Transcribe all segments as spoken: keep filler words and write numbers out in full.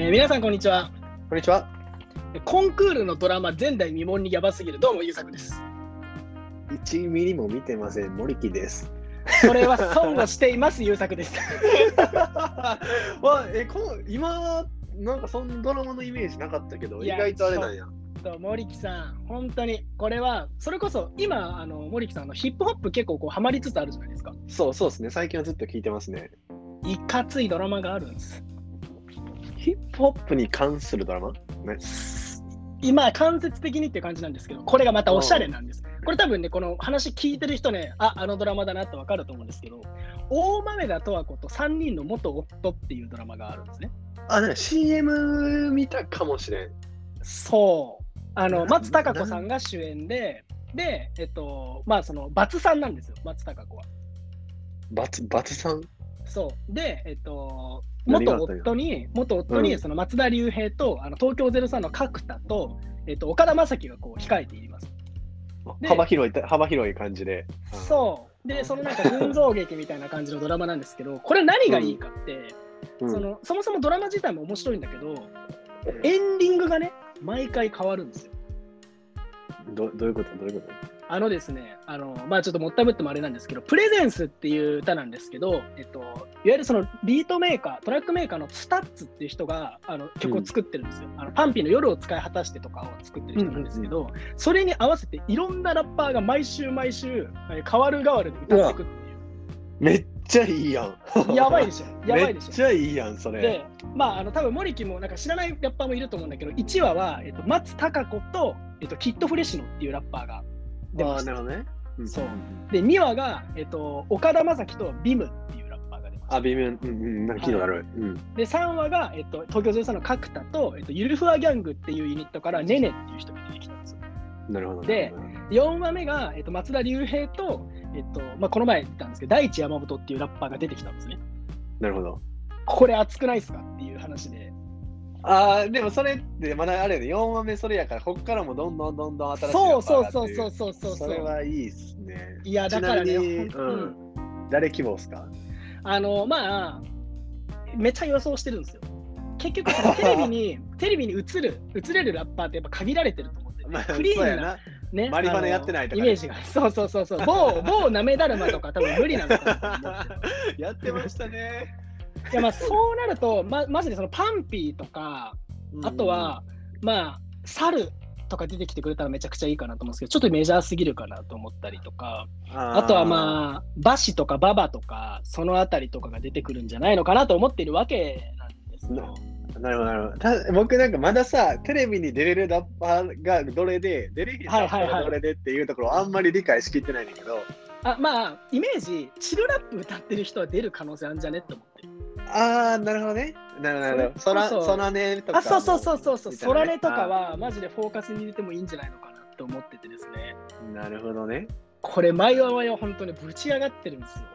ー皆さんこんにちは。 こんにちは。 コンクールのドラマ前代未聞にヤバすぎる。どうもゆうさくです。 いちミリも見てません。森木です。 それは損をしていますゆうさくです。 わえこの今なんかそんなドラマのイメージなかったけど、意外とあれなんや。 森木さん、本当にこれはそれこそ今あの森木さんのヒップホップ結構こうハマりつつあるじゃないですか。 そうそうですね。最近はずっと聞いてますね。 いかついドラマがあるんです。 ヒップホップに関するドラマ、ね、 今間接的にっていう感じなんですけど、これがまたおしゃれなんです。これ多分ね、この話聞いてる人ね、あ、あのドラマだなってわかると思うんですけど、大豆田十和子とさんにんの元夫っていうドラマがあるんですね。 あ、ね、シーエム 見たかもしれん。 そう。あの松たか子さんが主演で、で、えっと、まあそのバツさんなんですよ、松たか子は。 バツ、バツさん？ そう。で、えっと、元夫に、元夫に、その松田龍平と、あの東京ゼロさんの角田と、えっと、岡田将生がこう控えています。 幅広い、幅広い感じで。 そう。で、そのなんか群像劇みたいな感じのドラマなんですけど、これ何がいいかって、うん、その、そもそもドラマ自体も面白いんだけど、エンディングがね、毎回変わるんですよ。 ど, どういうことどういうことあのですね、あの、まあちょっともったいぶってもあれなんですけど、プレゼンスっていう歌なんですけど、えっと、いわゆるそのビートメーカー、トラックメーカーのスタッツっていう人があの曲を作ってるんですよ。うん、あのパンピーの夜を使い果たしてとかを作ってる人なんですけど、うんうんうん、それに合わせていろんなラッパーが毎週毎週、変わる変わるで歌っていくっていう。 めっちゃいいやん。 やばいでしょ。やばいでしょ。 めっちゃいいやん、それ。 で、まあ、あの多分森木もなんか知らないラッパーもいると思うんだけど、いちわは、えっと、松たか子と、えっと、キッドフレッシュノっていうラッパーが出ました。 ああ、なるほどね。 うん、そう。で、にわが、えっと、岡田将生とビムっていうラッパーが出ました。 あ、ビム、うんうん、なんか聞いたことある。うん、 で、さんわが、えっと、東京ゼロさんの角田と、えっと、ゆるふわギャングっていうユニットからネネっていう人が出てきたんですよ。 なるほど。 で、よんわめが、えっと、松田龍平と、えっとまあ、この前言ったんですけど、大地山本っていうラッパーが出てきたんですね。 なるほど。 これ熱くないですかっていう話で。 ああ、でもそれってまだあれでよんわめそれやから、こっからもどんどんどんどん新しいそうそうそうそうそうそう。 それはいいっすね。 いや、だからね、 うん、誰希望っすか？ あの、まあ、めっちゃ予想してるんですよ。結局、テレビに、テレビに映る、映れるラッパーってやっぱ限られてると思ってて、まあ、クリーンな。ね、 マリファナやってないとか、 ね、イメージが。そうそうそうそう。某、某なめだるまとか多分無理なのかなと思ってやってましたね。 いやまあそうなると、ま、マジでそのパンピーとか、あとは、まあ、猿とか出てきてくれたらめちゃくちゃいいかなと思うんですけど、ちょっとメジャーすぎるかなと思ったりとか、あ, あとはまあ、バシとかババとか、そのあたりとかが出てくるんじゃないのかなと思っているわけなんですよ。 なるほどなるほど。た僕なんかまださ、テレビに出れるラッパーがどれで、出れるラッパーがどれでっていうところをあんまり理解しきってないんだけど。 あ、まあ、イメージ、チルラップ歌ってる人は出る可能性あるんじゃねって思ってる。 ああ、なるほどね。なるほどなるほど。そら、そらねとか。 あ、そうそうそうそうそう。そらねとかは、マジでフォーカスに入れてもいいんじゃないのかなって思っててですね。 なるほどね。 これ、毎話毎話本当にぶち上がってるんですよ。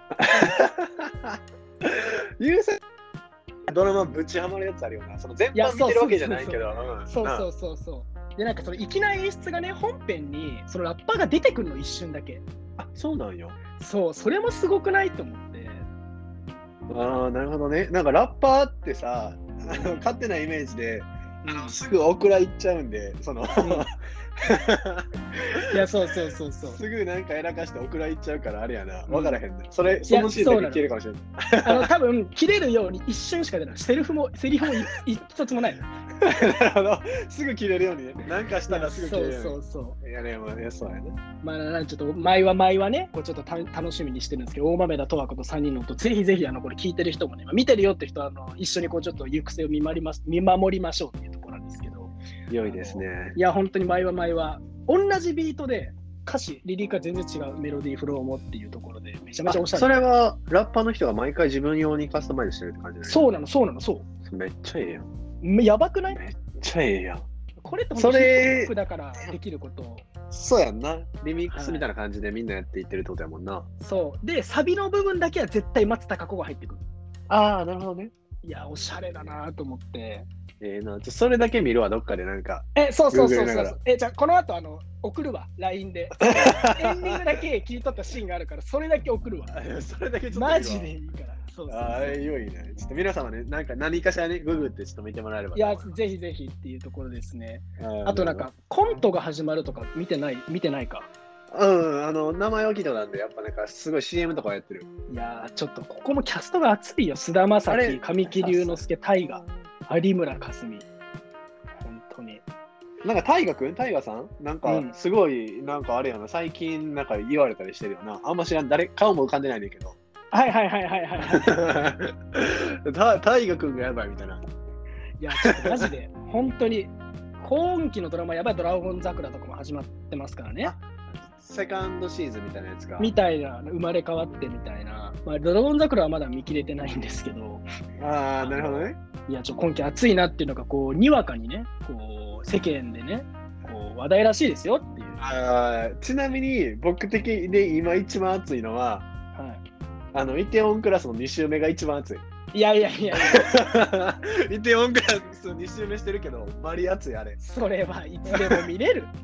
ゆうさんドラマぶちハマるやつあるよな。その全般見てるわけじゃないけど。 そうそうそうそう。で、なんかその粋な演出がね、本編にそのラッパーが出てくるの一瞬だけ。 あ、そうなんよ。 そう、それもすごくないと思って。 ああ、なるほどね。なんかラッパーってさ、あの勝手なイメージで、あのすぐオクラ行っちゃうんで、その、うん、 いや、そうそうそうそう。 すぐなんかやらかしてオクラ行っちゃうからあれやな、分からへんね。それ、そのシーンだけ消えるかもしれない。 あの、多分切れるように一瞬しか出ない。セリフも、セリフも一つもない。 なるほど。すぐ切れるようにね。なんかしたらすぐ切れるように。 そうそうそう。 いやね、まあね、そうやね。 まあ、ちょっと毎話毎話ね、こうちょっとた楽しみにしてるんですけど、大豆田十和子とさんにんの音、ぜひぜひあのこれ聞いてる人もね、見てるよって人はあの一緒にこうちょっと行く末を見守ります見守りましょうっていうところなんですけど。 良いですね。 いや、本当に毎話毎話、同じビートで歌詞、リリックが全然違うメロディー、フローもっていうところで、めちゃめちゃおしゃれ。 それはラッパーの人が毎回自分用にカスタマイズしてるって感じですか？ そうなの、そうなの、そう。 めっちゃええやん。やばくない？ めっちゃええやん。 これって本当にヒップホップだからできることを。 そうやんな。リミックスみたいな感じでみんなやっていってるってことやもんな。はい、 そう。で、サビの部分だけは絶対松たか子が入ってくる。 ああ、なるほどね。 いや、おしゃれだなと思って。 ええー、な、それだけ見るわ、どっかでなんか。 え、そうそうそうそう。え、じゃあ、この後、あの、送るわ、ライン で。エンディングだけ聞いとったシーンがあるから、それだけ送るわ。 それだけちょっとマジでいいから。 そうそうそう。 ああ、良いね。ちょっと皆様ね、なんか何かしらね、ググってちょっと見てもらえれば。 いや、ぜひぜひっていうところですね。 ああとなんか、コントが始まるとか見てない、見てないか。 うん、あの、名前は聞いたことあるんで、やっぱなんかすごい シーエム とかやってる。 いやー、ちょっとここもキャストが熱いよ。菅田将あれ暉、神木隆之介、大河、有村架純。本当に。 なんか大河くん大河さんなんかうんすごい、なんかあれやな、最近なんか言われたりしてるよな。あんま知らん、誰、顔も浮かんでないねんけど。 はいはいはいはいはい。 た大河くんがやばいみたいな。 いや、ちょっとマジで、本当に、今期のドラマやばい、ドラゴン桜とかも始まってますからね。 セカンドシーズンみたいなやつか。 みたいな、生まれ変わってみたいな。まあ、ドラゴン桜はまだ見切れてないんですけど、 ああ、なるほどね。 いや、ちょ今期暑いなっていうのが、こう、にわかにね、こう、世間でね、こう、話題らしいですよっていう。 あーちなみに僕的で今一番熱いのは、 はあのイテウォンクラスのに週目が一番熱い。 い、いやいやいやいや、 イテウォンクラスに週目してるけど、バリ熱いあれ。 それはいつでも見れる。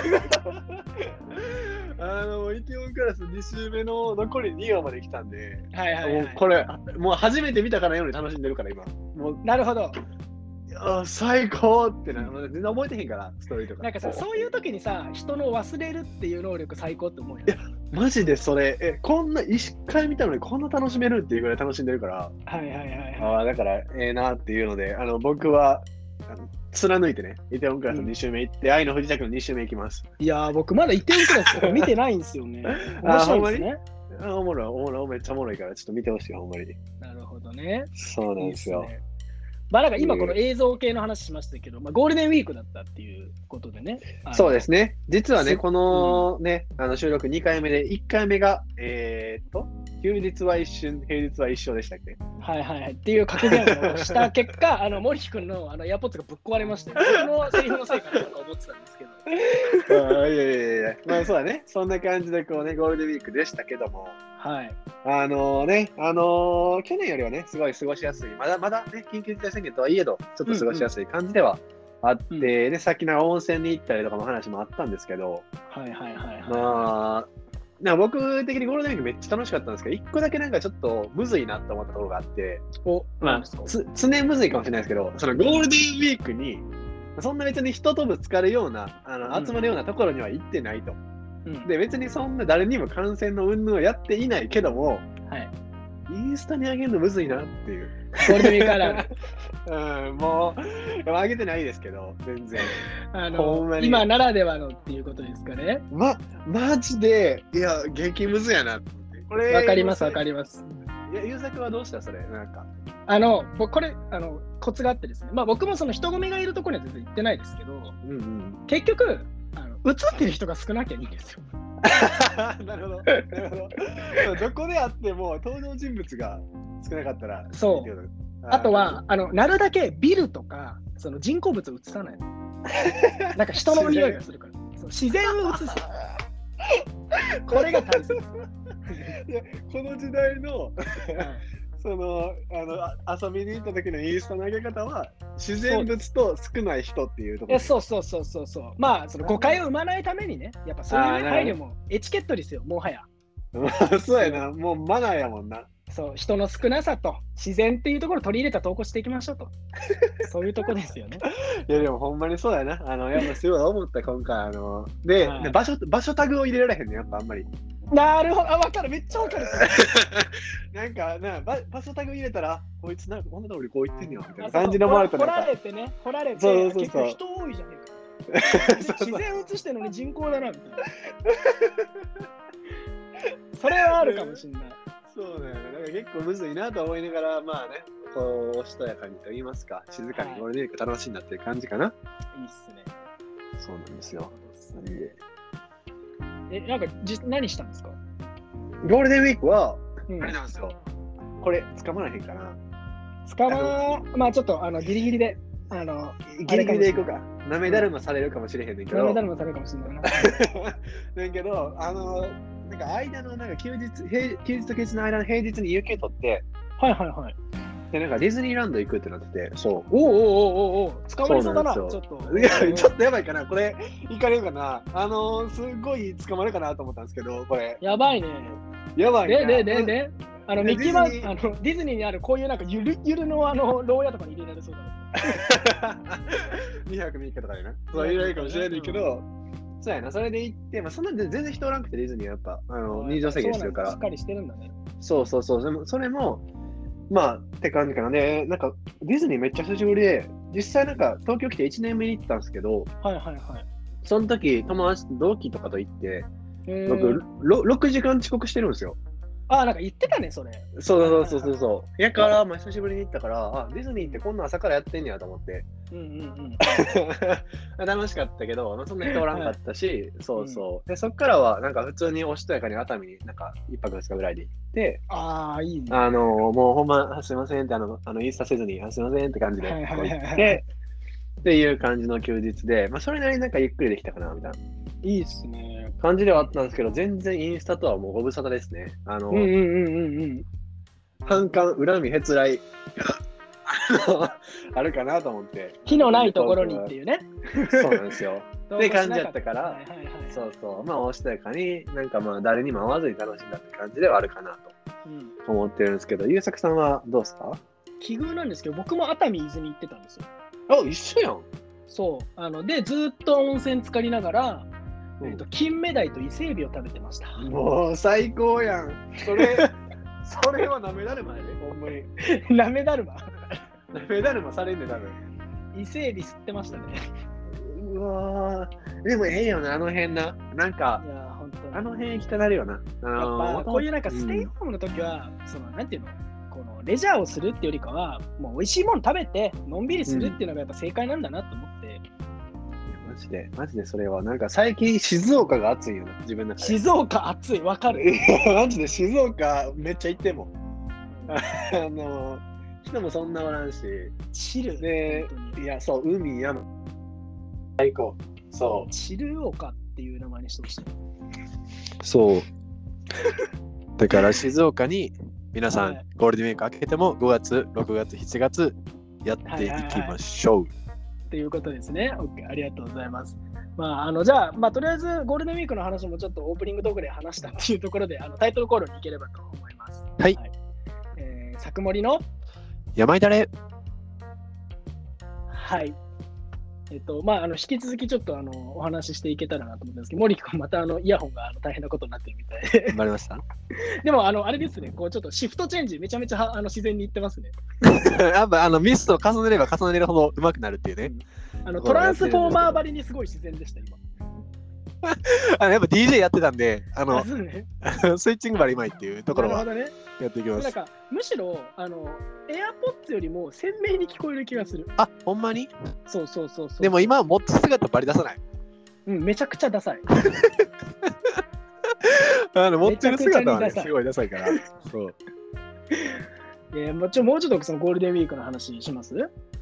あのイテウォンクラスに週目の残りにわまで来たんで、 はいはい、はい。 もうこれ、もう初めて見たからより楽しんでるから今。もうなるほど。 あ最高ってな、全然覚えてへんから、ストーリーとか。 なんかさ、そういう時にさ、人の忘れるっていう能力最高って思うよね。 マジでそれ、え、こんな、一回見たのにこんな楽しめるっていうぐらい楽しんでるから、 はいはいはいはい。 ああ、だから、ええなっていうので、あの僕はあの貫いてね、イテウォンクラスのに週目行って、愛の不時着のに週目行きます。 いやー、僕まだイテウォンクラスとか見てないんですよね。面白いですね。 あおもろい、おもろい、めっちゃおもろいから、ちょっと見てほしいよ、ほんまに。 なるほどね。 そうなんですよ。 いいっすね。まあなんか今この映像系の話しましたけど、まあ、ゴールデンウィークだったっていうことでね。 そうですね。実はね、 すこのね、あの収録にかいめで、いっかいめが、えー、っと、休日は一瞬、平日は一生でしたっけ？ はいはいはい。っていう格言をした結果、あの森木君のあのエアポッツがぶっ壊れましたよ。僕のセリフのせいかなとか思ってたんですけど。 あいやいやいや、まあそうだね。そんな感じでこうね、ゴールデンウィークでしたけども。 はい。 あのね、あのー、去年よりはね、すごい過ごしやすい、まだまだね、緊急事態宣言とはいえど、ちょっと過ごしやすい感じではあって、うんうん、で、さっきの温泉に行ったりとかの話もあったんですけど、 はいはいはい、はい。 まあ、な僕的にゴールデンウィークめっちゃ楽しかったんですけど、一個だけなんかちょっとむずいなと思ったところがあって、 お、 まあ、つ常むずいかもしれないですけど、そのゴールデンウィークに、そんな別に人とぶつかるような、あの集まるようなところには行ってないと。うん、で、別にそんな誰にも感染の云々をやっていないけども、 はい、 インスタに上げるのむずいなっていう。 ゴールデンウィークからうん、もう、上げてないですけど、全然。 あの今ならではのっていうことですかね。 ま、マジで、いや、激ムズやなって。 これ、わかります、わかります。 いや、ゆうさくはどうしたそれ、なんか。 あの、僕、これ、あの、コツがあってですね。まあ、僕もその人混みがいるところには全然行ってないですけど、 うんうん、 結局、あの映ってる人が少なきゃいいんですよ。 なるほど。なるほど。どこであっても登場人物が少なかったら。 そう。あとはあのなるだけビルとかその人工物を映さないの。なんか人の匂いがするから。そう自然を映す。これが大切。 いやこの時代の。そのあの遊びに行った時のインスタの上げ方は自然物と少ない人っていうところ。 そうそうそうそうそう。まあその誤解を生まないためにね、やっぱそういう、ね、配慮もエチケットですよ、もはや。 そうやな、もうマナーやもんな。 そう、人の少なさと自然っていうところを取り入れた投稿していきましょうと。そういうとこですよね。 いやでもほんまにそうやな。あのやっぱすごい思った今回あので、はい、で場所場所タグを入れられへんねやっぱあんまり。 なるほど、あ、分かる、めっちゃ分かる。 なんかな場、場所タグ入れたら、こいつなんかこんなところこう言ってんねやみたいな感じのもあるとなんか。 掘られてね、掘られて、 そうそうそう結構人多いじゃねえか。自然映してるのに人口だなみたいな。それはあるかもしれない。 そうだよね。なんか結構むずいなと思いながら、まあね、こう、おしとやかにと言いますか、静かにゴールデンウィーク楽しんだっていう感じかな。はい、 いいっすね。 そうなんですよ。なんでえ、なんかじ何したんですか？ ゴールデンウィークは、 うん、 あれなんですよ。これ、捕まらへんかな。 捕ままあちょっとあのギリギリで、あのギリギリでいこうか。なめだるまされるかもしれへんねんけど。 なめだるまされるかもしれないな。 だけど、あの、なんか間のなんか休日、平休日と休日の間の平日に有給取って、 はいはいはい。 で、なんかディズニーランド行くってなってて、そう。 おおおおおお、捕まりそうだな、ちょっと。 いや、ちょっとやばいかな、これ、行かれるかな。あのー、すごい捕まるかなと思ったんですけど、これ。 やばいね。 やばいね。 で、で、で、で、 あのミッキーマウス、あのディズニーにあるこういうなんかゆるゆるのあの牢屋とかに入れられそうだな。 にはくみっかとかでね。そういうのいいかもしれないけど、そうやな、それで行って、まあ、そんな全然人おらんくてディズニーはやっぱ、あの入場制限してるから。 しっかりしてるんだね。 そうそうそう、でもそれも、まあ、って感じかな。で、なんかディズニーめっちゃ久しぶりで、実際なんか東京来ていちねんめに行ってたんですけど、 はいはいはい。 その時、友達、同期とかと行って、僕、ろろくじかん遅刻してるんですよ。 ああ、なんか言ってたね、それ。 そうそうそうそうそう。やから、まあ、久しぶりに行ったから、あ、ディズニーってこんな朝からやってんねやと思って。うんうんうん。楽しかったけど、そんな人おらんかったし、はい、そうそう。で、そっからは、なんか普通におしとやかに熱海になんか一泊二日ぐらいで行って、 ああ、いいね。 あの、もうほんま、すいませんって、あの、あのインスタせずに、すいませんって感じでこう行って、っていう感じの休日で、まあ、それなりになんかゆっくりできたかな、みたいな。 いいっすね。 感じではあったんですけど、全然インスタとはもうご無沙汰ですね。あの、 うんうんうんうんうん。 反感、恨み、へつらいがあるかなと思って。 火のないところにっていうね。 そうなんですよ。って感じだったから、はいはいはい、そうそう、まあ、おしとやかに、なんかまあ、誰にも会わずに楽しんだって感じではあるかなと思ってるんですけど、ゆうさくさんはどうですか？ 奇遇なんですけど、僕も熱海伊豆に行ってたんですよ。 あ、一緒やん。 そう。あので、ずっと温泉浸かりながら、えーと、金目鯛と伊勢海老を食べてました。 もう最高やん。それ、それはなめだるまやね、ほんまに。 なめだるまなめだるまされんね、多分。 伊勢海老吸ってましたね。 うわー、でもええよな、あの辺な。なんか、いや本当にあの辺行きたなるよな。あのー、 やっぱこういうなんかステイホームの時は、うん、そのなんていうの、このレジャーをするっていうよりかは、もう美味しいもの食べて、のんびりするっていうのがやっぱ正解なんだなと思って。うんマジで、マジでそれは、なんか最近静岡が暑いよな、自分の中で。 静岡暑い、わかる。 マジで静岡めっちゃ行っても。あの、人もそんなおらんし。 チル。 で、いや、そう、海、山。最高。そう。 チル岡っていう名前にしてほしい。 そう。だから静岡に皆さん、はい、ゴールデンウィーク明けてもごがつ、ろくがつ、しちがつやっていきましょう。はいはいはいということですね。OK、ありがとうございます。まあ、あのじゃあ、まあ、とりあえずゴールデンウィークの話もちょっとオープニングトークで話したっていうところで、あのタイトルコールに行ければと思います。 はい。はい、 えー、作森の山いだれ。 はい。えっと、まあ、あの引き続きちょっとあのお話ししていけたらなと思ったんですけど、森君またあのイヤホンがあの大変なことになってるみたいで。 頑張りました。 でも、あの、あれですね、こうちょっとシフトチェンジめちゃめちゃあの自然にいってますね。 やっぱあのミストを重ねれば重ねるほど上手くなるっていうね。 うん、あのトランスフォーマーばりにすごい自然でした、今。 あのやっぱ ディージェー やってたんで、あの、 あね、 スイッチングバリうまいっていうところはやっていきます。 なんかむしろあの AirPods よりも鮮明に聞こえる気がする。 あ、ほんまに？ そうそうそうそう。 でも今はもっと姿バリ出さない。 うん、めちゃくちゃダサい。 あの持ってる姿はね、すごいダサいから。そう。 いやもうちょもうちょっとそのゴールデンウィークの話します？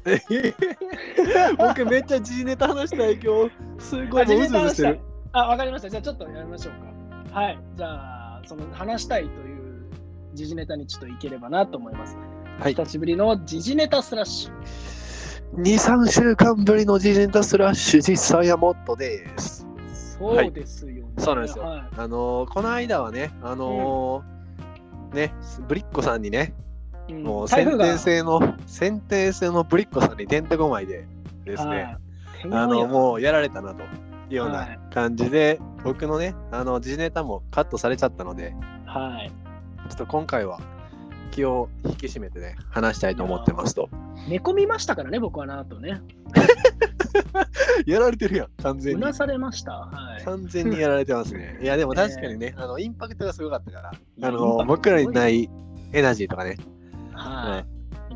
僕めっちゃ G ネタ話したい今日。すごいもううずうずしてる。 あ、わかりました。じゃあちょっとやりましょうか。はい。じゃあその話したいという時事ネタにちょっといければなと思います。はい。久しぶりの時事ネタスラッシュ。 に、さんしゅうかんぶりの時事ネタスラッシュ、実際はもっとです。 そうですよね。はい、 そうなんですよ。はい、あのー、この間はね、あのーうん、ね、ブリッコさんにね、うん、もう先天性の先天性のブリッコさんにてんてこまいでですね、あのもうやられたなというような感じで、はい、僕のねあの時事ネタもカットされちゃったので、はい、ちょっと今回は気を引き締めてね話したいと思ってますと。 寝込みましたからね僕はなあとね。 やられてるやん完全に。 うなされました。はい、 完全にやられてますね。いやでも確かにね、えー、あのインパクトがすごかったから、あの僕らにないエナジーとかね。はい、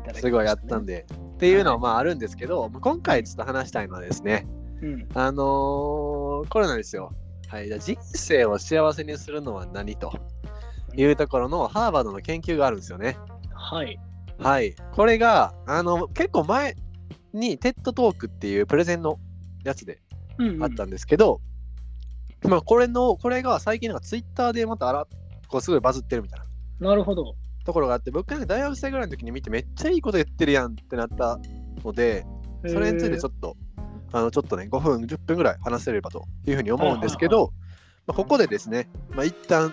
ね、すごいやったんで、っていうのはまああるんですけど、はい、今回ちょっと話したいのはですね、うん、あのー、これなんですよ。はい、じゃあ人生を幸せにするのは何というところのハーバードの研究があるんですよね。はい。はい。これがあの結構前にテッドトークっていうプレゼンのやつであったんですけど、うんうん、まあこれのこれが最近なんかツイッターでまたあらこうすごいバズってるみたいな。 なるほど。 ところがあって、僕が大学生ぐらいの時に見てめっちゃいいこと言ってるやんってなったので、それについてちょっとあのちょっとねごふんじゅっぷんぐらい話せればというふうに思うんですけど、まあ、ここでですね、まあ、一旦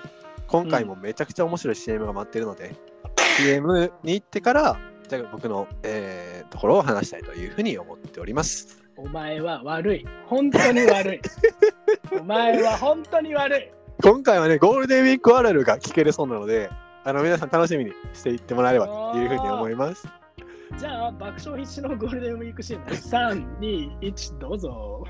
今回もめちゃくちゃ面白い シーエム が待ってるので、うん、シーエム に行ってからじゃあ僕の、えー、ところを話したいというふうに思っております。 お前は悪い。本当に悪い。お前は本当に悪い。 今回はね、ゴールデンウィークあるあるが聞けるそうなので、あの皆さん楽しみにしていってもらえればというふうに思います。 じゃあ、爆笑必至のゴールデンウィークシーンさん、に、いち、どうぞ。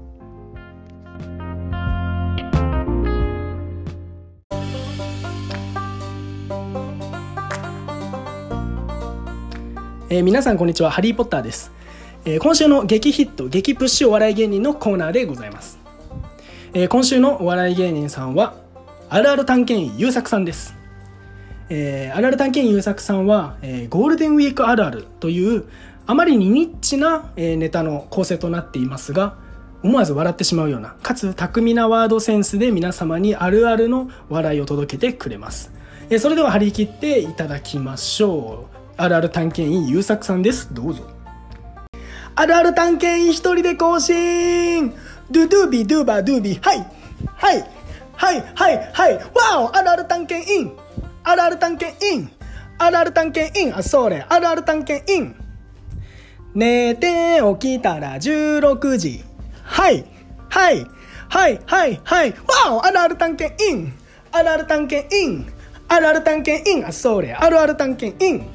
えー、皆さんこんにちは、ハリーポッターです。えー、今週の激ヒット激プッシュお笑い芸人のコーナーでございます。えー、今週のお笑い芸人さんはあるある探検員優作さんです。えー、あるある探検員優作さんは、えー、ゴールデンウィークあるあるというあまりにニッチな、えー、ネタの構成となっていますが、思わず笑ってしまうようなかつ巧みなワードセンスで皆様にあるあるの笑いを届けてくれます。えー、それでは張り切っていただきましょう。あるある探検員優作さんです。どうぞ。あるある探検員一人で更新。ドゥドゥビドゥバドゥビ。はいはいはいはいはい。ワオ、あるある探検員、あるある探検員、あるある探検員、あ、それ、あるある探検員。寝て起きたらじゅうろくじ。はいはいはいはいはい。ワオ、あるある探検員、あるある探検員、あるある探検員、あ、それ、あるある探検員。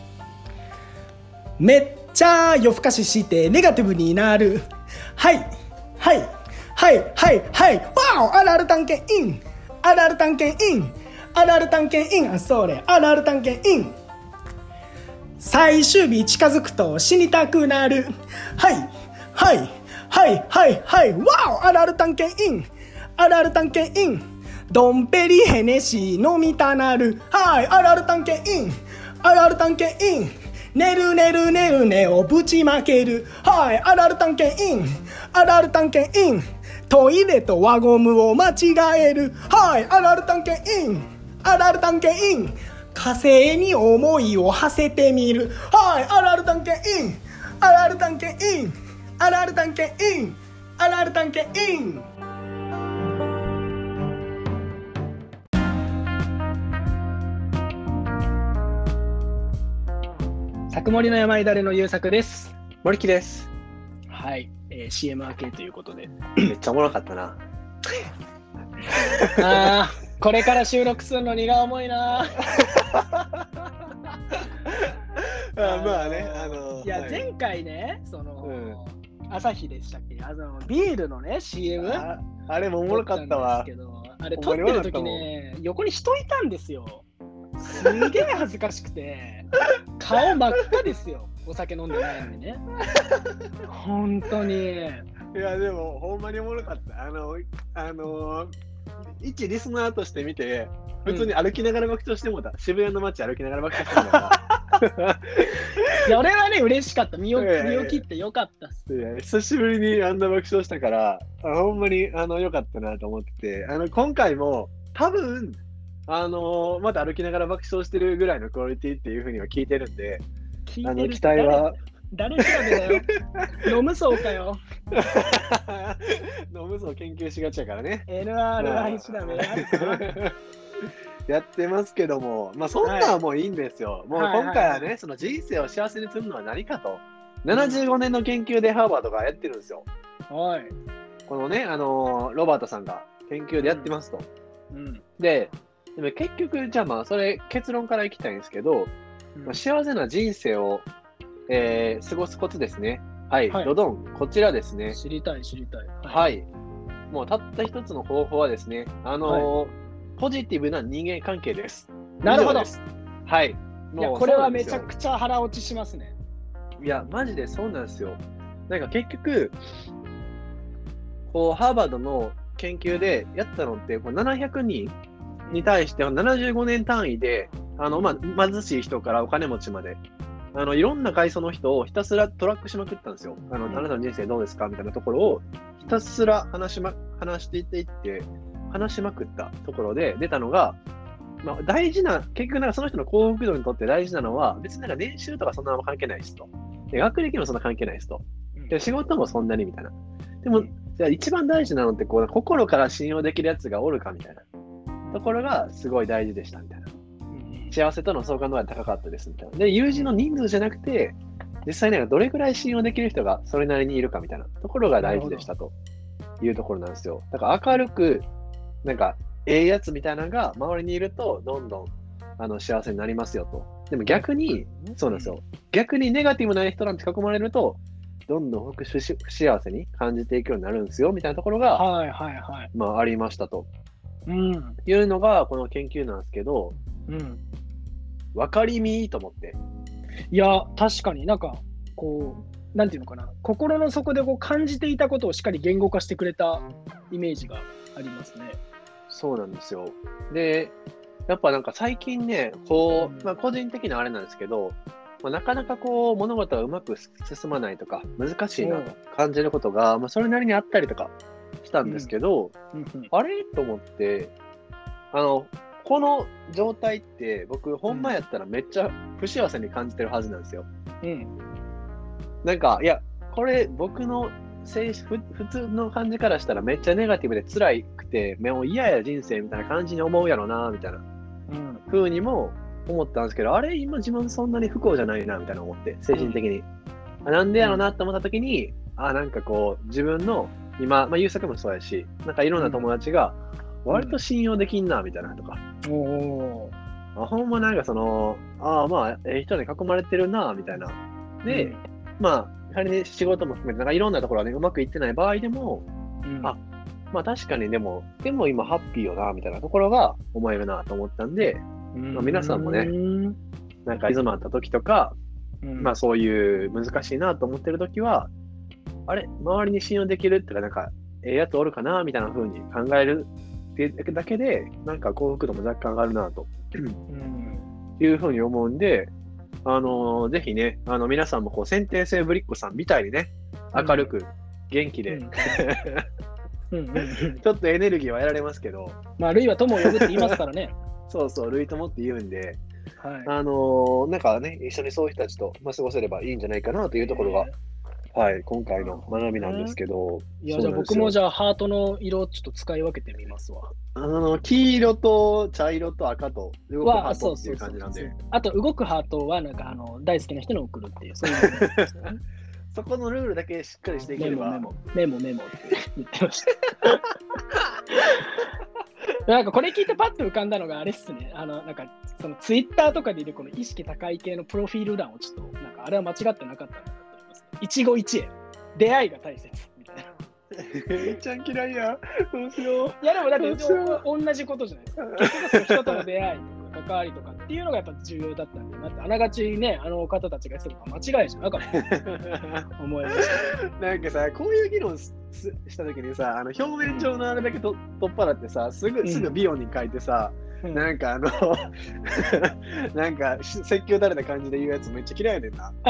めっちゃ夜更かししてネガティブになる。はいはいはいはいはい。ワオ、あるある探検員、あるある探検員、あるある探検員、あ、それ、あるある探検員。最終日近づくと死にたくなる。はいはいはいはいはい。ワオ、あるある探検員、あるある探検員。ドンペリヘネシー飲みたなる。はい、あるある探検員、あるある探検員。ねるねるねるねをぶちまける。はい、あるある探検員、あるある探検員。トイレと輪ゴムを間違える。はい、あるある探検員、あるある探検員。火星に思いを馳せてみる。はい、あるある探検員、あるある探検員、あるある探検員、あるある探検員。作森の山いだれの優作です。 森木です。 はい、えー、シーエム 明けということでめっちゃおもろかったな。 あー、これから収録するの荷が重いな。 あまあね、あのー、 いや、はい、前回ね、その、うん、朝日でしたっけ、あのビールのね シーエムあ, あれもおもろかったわ。 けど、あれ撮ってる時ね、横に人いたんですよ。すげえ恥ずかしくて顔真っ赤ですよ。お酒飲んでないんでね。本当に。いやでもほんまにおもろかった。あのあの一リスナーとして見て普通に歩きながら爆笑してもうた、うん、渋谷の街歩きながら爆笑してもうた。 いや俺はね嬉しかった。身を、身を切ってよかったっす。 いや久しぶりにあんな爆笑したからほんまにあのよかったなと思ってて、あの今回も多分あのー、また歩きながら爆笑してるぐらいのクオリティっていうふうには聞いてるんで、 聞いてる、 あの期待は誰調べだよ。飲むそうかよ。 飲むそう研究しがちやからね。 エヌアールアイ 調べややってますけども、まあそんなんはもういいんですよ。はい、もう今回はね、その人生を幸せにするのは何かと、ななじゅうごねんの研究でハーバードがやってるんですよ。 はい。 このね、あのー、ロバートさんが研究でやってますと。 うん、 ででも結局、じゃあまあ、それ結論からいきたいんですけど、うんまあ、幸せな人生を、えー、過ごすコツですね。はい、はい、ドドン、こちらですね。 知りたい、知りたい。 はい。はい、もうたった一つの方法はですね、あのーはい、ポジティブな人間関係です。 なるほど。 はい。 もういや、これはめちゃくちゃ腹落ちしますね。 いや、マジでそうなんですよ。なんか結局、こう、ハーバードの研究でやったのって、こうななひゃくにんに対してはななじゅうごねん単位で、あの、まあ、貧しい人からお金持ちまで、あの、いろんな階層の人をひたすらトラックしまくったんですよ。あの、あなたの人生どうですかみたいなところをひたすら話しま、話していっていって、話しまくったところで出たのが、まあ、大事な、結局なんかその人の幸福度にとって大事なのは、別になんか年収とかそんなの関係ないですと。で、学歴もそんな関係ないですと。で、仕事もそんなにみたいな。でも、じゃあ一番大事なのってこう、心から信用できるやつがおるかみたいな。 ところがすごい大事でしたみたいな。幸せとの相関度が高かったですみたいな。で、友人の人数じゃなくて、実際にはどれくらい信用できる人がそれなりにいるかみたいなところが大事でしたというところなんですよ。だから明るく、なんか、ええやつみたいなのが周りにいると、どんどんあの幸せになりますよと。でも逆に、そうなんですよ。逆にネガティブな人なんて囲まれると、どんどん不不幸せに感じていくようになるんですよみたいなところが、 はいはいはい。 まあ、ありましたと。 うん。 いうのが、この研究なんですけど、 うん。 分かりみーと思って。 いや、確かになんか、こう、なんていうのかな、心の底でこう感じていたことをしっかり言語化してくれたイメージがありますね。 そうなんですよ。で、やっぱなんか最近ね、こう、まあ、個人的なあれなんですけど、まあ、なかなかこう物事がうまく進まないとか、難しいなと感じることが、まあ、それなりにあったりとかしたんですけど、 うんうんうん、 あれと思って、あの、この状態って僕、ほんまやったらめっちゃ不幸せに感じてるはずなんですよ。 うん、 なんか、いや、これ僕の普通の感じからしたらめっちゃネガティブで辛くて、もう嫌や人生みたいな感じに思うやろな、みたいな風にも思ったんですけど、あれ、今自分そんなに不幸じゃないな、みたいな思って、精神的に。うん、なんでやろなって思った時に、あ、なんかこう、自分の今、まあ、優作もそうやし、なんかいろんな友達が、割と信用できんな、みたいなとか。 うん、おあ、ほんまなんかその、ああ、まあ、ええ人に囲まれてるな、みたいな。で、うん、まあ、仮に仕事も含めて、なんかいろんなところがね、うまくいってない場合でも、うん、あ、まあ確かにでも、でも今ハッピーよな、みたいなところが思えるなと思ったんで、うん、まあ、皆さんもね、なんかいつもあった時とか、うん、まあそういう難しいなと思ってる時は、あれ、周りに信用できるっていうか、なんか、ええやつおるかな、みたいな風に考えるっていうだけで、なんか幸福度も若干上がるなと、うん、いう風に思うんで、あのー、ぜひね、あの皆さんもこう先天性ぶりっ子さんみたいにね、明るく、元気で、ちょっとエネルギーはやられますけど、 まあ、類は友を呼ぶって言いますからね。 そうそう、類友って言うんで、 はい、 あのー、なんかね、一緒にそういう人たちと、まあ、過ごせればいいんじゃないかなというところが、はい、今回の学びなんですけど。 いや、じゃあ僕もじゃあハートの色をちょっと使い分けてみますわ。 あの、黄色と茶色と赤と動くハートっていう感じなんで。 あと、動くハートはなんかあの大好きな人に送るっていう、そういう、ね。 そこのルールだけしっかりしていければ。 メモ、メモ、メモ、メモって言ってました。なんかこれ聞いてパッと浮かんだのがあれっすね。あの、なんか、そのツイッターとかでいるこの意識高い系のプロフィール欄をちょっと、なんかあれは間違ってなかったなと思います。一期一会。出会いが大切みたいな。 めっちゃん嫌いや。どうしよう。 いやでもだって同じことじゃないですか。結局人との出会いとか関わりとかっていうのがやっぱ重要だったんだなって、あながちね、あの方たちがするのは間違いじゃなかった思いました。 なんかさ、こういう議論したときにさ、あの表面上のあれだけと取っ払ってさ、すぐすぐ美容に書いてさ、うん、なんかあのなんか説教垂れた感じで言うやつめっちゃ嫌いやねんな。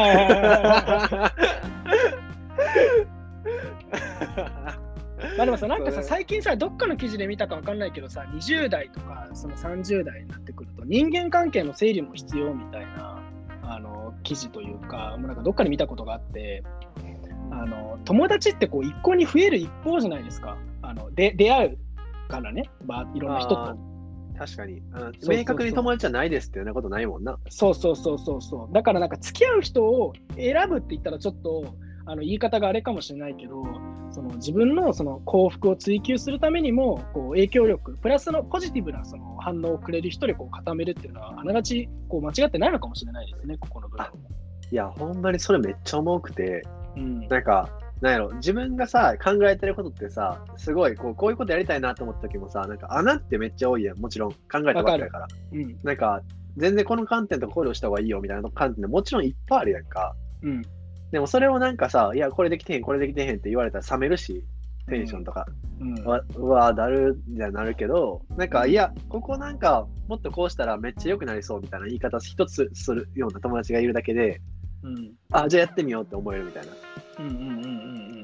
まあでもさ、なんかさ、最近さ、どっかの記事で見たかわかんないけどさ、にじゅう代とかそのさんじゅう代になってくると人間関係の整理も必要みたいなあの記事というか、もうなんかどっかで見たことがあって、あの友達ってこう一向に増える一方じゃないですか。あので出会うからね、まあ、いろんな人と。 確かにあの明確に友達じゃないですっていうようなことないもんな。 そうそうそうそうそう。だからなんか付き合う人を選ぶって言ったらちょっとあの言い方があれかもしれないけど、その自分のその幸福を追求するためにもこう影響力プラスのポジティブなその反応をくれる人でこう固めるっていうのはあながちこう間違ってないのかもしれないですね、ここの部分。 いやほんまにそれめっちゃ重くて、うん、なんかなんやろ自分がさ考えてることってさすごいこうこういうことやりたいなと思った時もさなんか穴ってめっちゃ多いやん、もちろん考えたばっかりだから、うん、なんか全然この観点とか考慮した方がいいよみたいな観点でもちろんいっぱいあるやんか、うん、でもそれをなんかさいやこれできてへんこれできてへんって言われたら冷めるしテンションとか、うんうん、わうわだるじゃなるけどなんかいやここなんかもっとこうしたらめっちゃ良くなりそうみたいな言い方一つするような友達がいるだけで、うん、あじゃあやってみようって思えるみたいな。うんうんうんうんうん。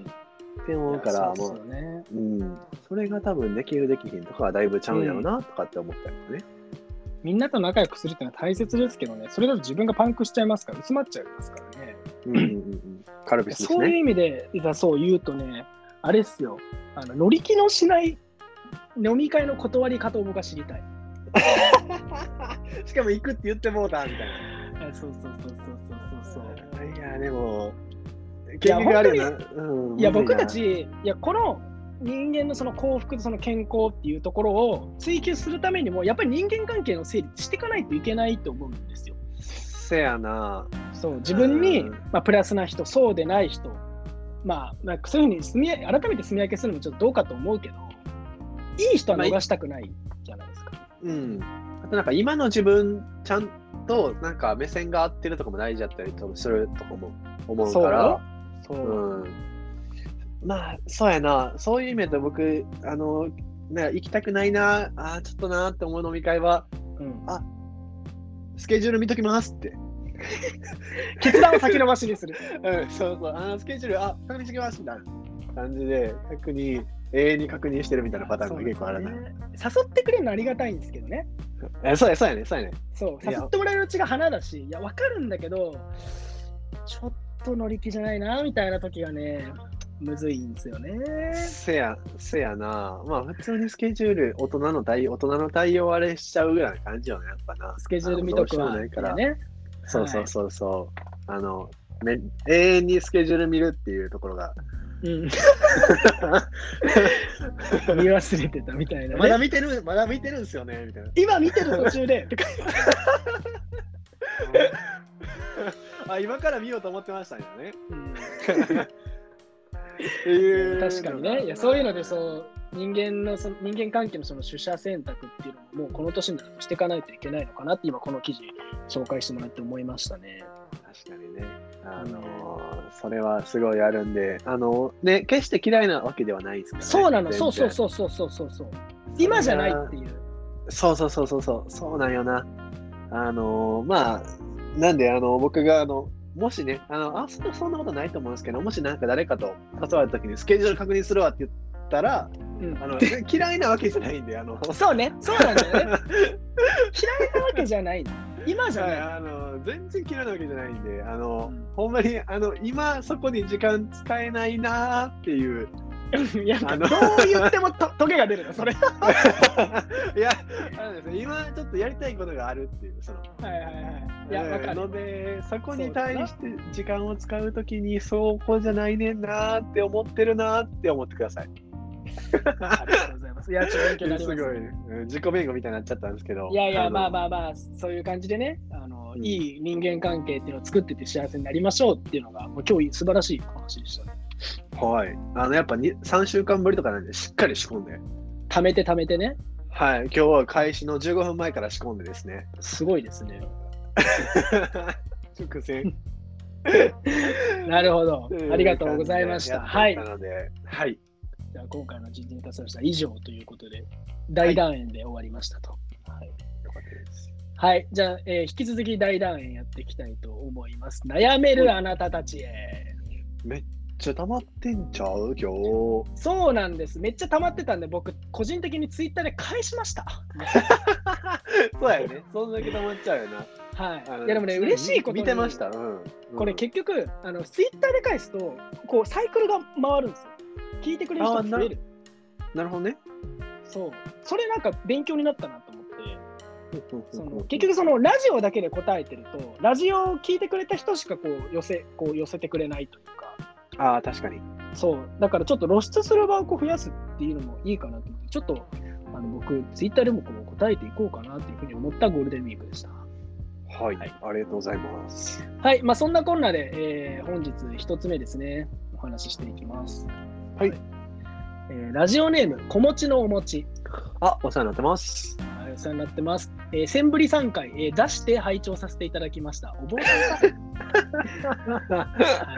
って思うからもう、ね、うん、それが多分できるできひんとかはだいぶちゃうんやろなとかって思ったよね、 うん。みんなと仲良くするっていうのは大切ですけどね、それだと自分がパンクしちゃいますから薄まっちゃいますからね。うんうんうん。 カルピスですね。 そういう意味でそう言うとね、あれっすよ、あの乗り気のしない飲み会の断り方を僕は知りたい。 しかも行くって言ってもうたみたいな。 あ、そうそうそうそうそうそうそう。 いやでもいや結局あるよな。 うん、いや僕たちいやこの人間のその幸福とその健康っていうところを追求するためにもやっぱり人間関係の整理していかないといけないと思うんですよ。 せやな。 そう自分に、まあ、プラスな人そうでない人、まあ、なんかそういうふうに住み改めて住み分けするのもちょっとどうかと思うけど、いい人は逃したくないじゃないですか。まあ、 うん。あとなんか今の自分ちゃんとなんか目線が合ってるとかも大事だったりするとかも思うから。 そう。 うん、まあそうやな。そういう意味で僕あのね行きたくないなあちょっとなって思う飲み会は、うん、あスケジュール見ときますって決断を先延ばしにする。 うんそうそうあのスケジュールあ確認してきますみたいな感じで確認永遠に確認してるみたいなパターンが結構あるな、ね。 誘ってくれるのありがたいんですけどね。 えそうやそうやねそうやね。 そう誘ってもらえるうちが花だし、いや分かるんだけどちょっと乗り気じゃないなみたいな時がねむずいんですよね。 せやせやな。まあ普通にスケジュール大人の対大人の対応あれしちゃうぐらいな感じよねやっぱな。 スケジュール見とくわないからね。 そうそうそうそう、はい、あのめ永遠にスケジュール見るっていうところが。うん、見忘れてたみたいな、ね、 まだ見てるまだ見てるんですよねみたいな。 今見てる途中であ今から見ようと思ってましたよね。 うん、確かにね。いやそういうのでそう人間のその人間関係のその取捨選択っていうのももうこの年になるとしていかないといけないのかなって今この記事紹介してもらって思いましたね。 確かにね。あのー、それはすごいあるんで、あのー、ね決して嫌いなわけではないですけどね。 そうなの。そうそうそうそうそうそうそう。今じゃないっていう。 そうそうそうそうそうそうなんよな。あのー、まあなんであの僕があのもしねあのあそそんなことないと思うんですけどもしなんか誰かと誘われた時にスケジュール確認するわって言ったら、うん、あの嫌いなわけじゃないんであのそうねそうなんだよね。嫌いなわけじゃないの。今じゃない、はい、 あの全然嫌いなわけじゃないんであの、うん、ほんまにあの今そこに時間使えないなーっていういやあのどう言ってもとトゲが出るのそれいやあのです、ね、今ちょっとやりたいことがあるっていうそのはいはいはいいやわかるのでそこに対して時間を使うときにそうこうじゃないねんなーって思ってるなーって思ってください。 ありがとうございます。いや、ちょっと勉強になります。 すごい、うん、自己弁護みたいになっちゃったんですけど。 いやいや、まあまあまあ、そういう感じでね、あの、うん、いい人間関係っていうのを作ってて幸せになりましょうっていうのが、もう今日素晴らしい話でしたね。 はい。あの、やっぱにさんしゅうかんぶりとかなんで、しっかり仕込んで。 貯めて貯めてね。 はい。今日は開始のじゅうごふんまえから仕込んでですね。 すごいですね。 直線。 なるほど。ありがとうございました。はい。 なので、はい。 じゃあ今回の人事に達成した以上ということで大団円で終わりましたと。はい。 よかったです。 はい。じゃあ、えー、引き続き大団円やっていきたいと思います。悩めるあなたたちへ。 めっちゃ溜まってんちゃう今日。 そうなんです。めっちゃ溜まってたんで僕個人的にツイッターで返しました。 そうやね。そんだけ溜まっちゃうよな。 はい。いやでもね嬉しいことに見てました。うん。 うん、これ結局あのツイッターで返すとこうサイクルが回るんですよ。聞いてくれる人が増える。 なるほどね。 そう。それなんか勉強になったなと思って。その結局そのラジオだけで答えてると、ラジオを聞いてくれた人しかこう寄せこう寄せてくれないというか。 ああ確かに。 そう。だからちょっと露出する場をこう増やすっていうのもいいかなと思って、ちょっとあの僕ツイッターでもこう答えていこうかなというふうに思ったゴールデンウィークでした。 はい、はい、ありがとうございます。 はい。まあそんなこんなで、えー、本日一つ目ですね。お話ししていきます。 はい、 えー、ラジオネーム子持ちのお餅。 あ、お世話になってます。 はい、お世話になってます。えー、センブリさんかい、えー、出して拝聴させていただきました。お坊さんか。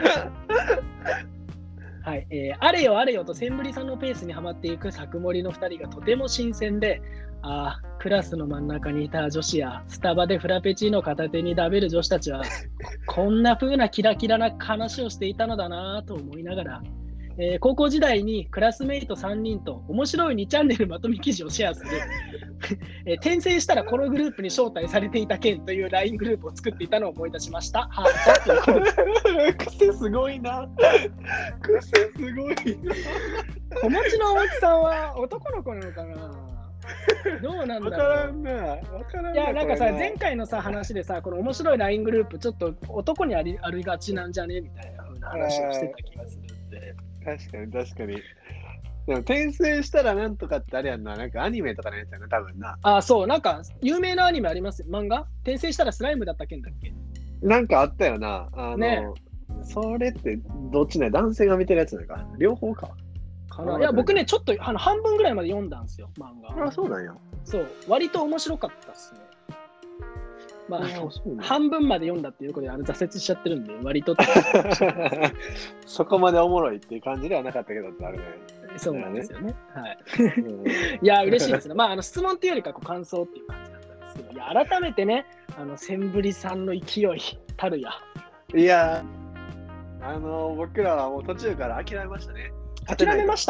はい、えー、あれよあれよとセンブリさんのペースにはまっていく作盛りのふたりがとても新鮮で、ああ、クラスの真ん中にいた女子やスタバでフラペチーノ片手に食べる女子たちはこんな風なキラキラな話をしていたのだなと思いながら、 えー高校時代にクラスメイトさんにんと面白いにチャンネルまとめ記事をシェアする、えー転生したらこのグループに招待されていた件という ライン グループを作っていたのを思い出しました。はぁということで癖すごいな。癖すごいな。 子持ちのおもちさんは男の子なのかな。どうなんだろう。 わからんな。わからんな。 いや、なんかさ、 これな前回のさ、話でさ、この面白い ライン グループ、ちょっと男にありありがちなんじゃねみたいな風な話をしてた気がするんで。 確かに確かに。でも転生したらなんとかってあれやんな。なんかアニメとかのやつやな、多分な。 あ、そう、なんか有名なアニメありますよ。漫画転生したらスライムだった件だっけ。 なんかあったよな。あの、 ねそれってどっちね、男性が見てるやつなのか。両方か。 かないや、僕ね、ちょっとあの半分ぐらいまで読んだんですよ、漫画。 あ、そうなんや。 そう、割と面白かったっすね。まあ、あのそうなんや半分まで読んだっていうことであの挫折しちゃってるんで、割とって。 そこまでおもろいっていう感じではなかったけどってあるね。 そうなんですよね。はい。 うんいや、嬉しいですね。まあ、あの質問っていうよりかこう感想っていう感じだったんですけど、いや、改めてね、あの、センブリさんの勢いたるや。 いや、あの、僕らはもう途中から諦めましたね。 諦めました。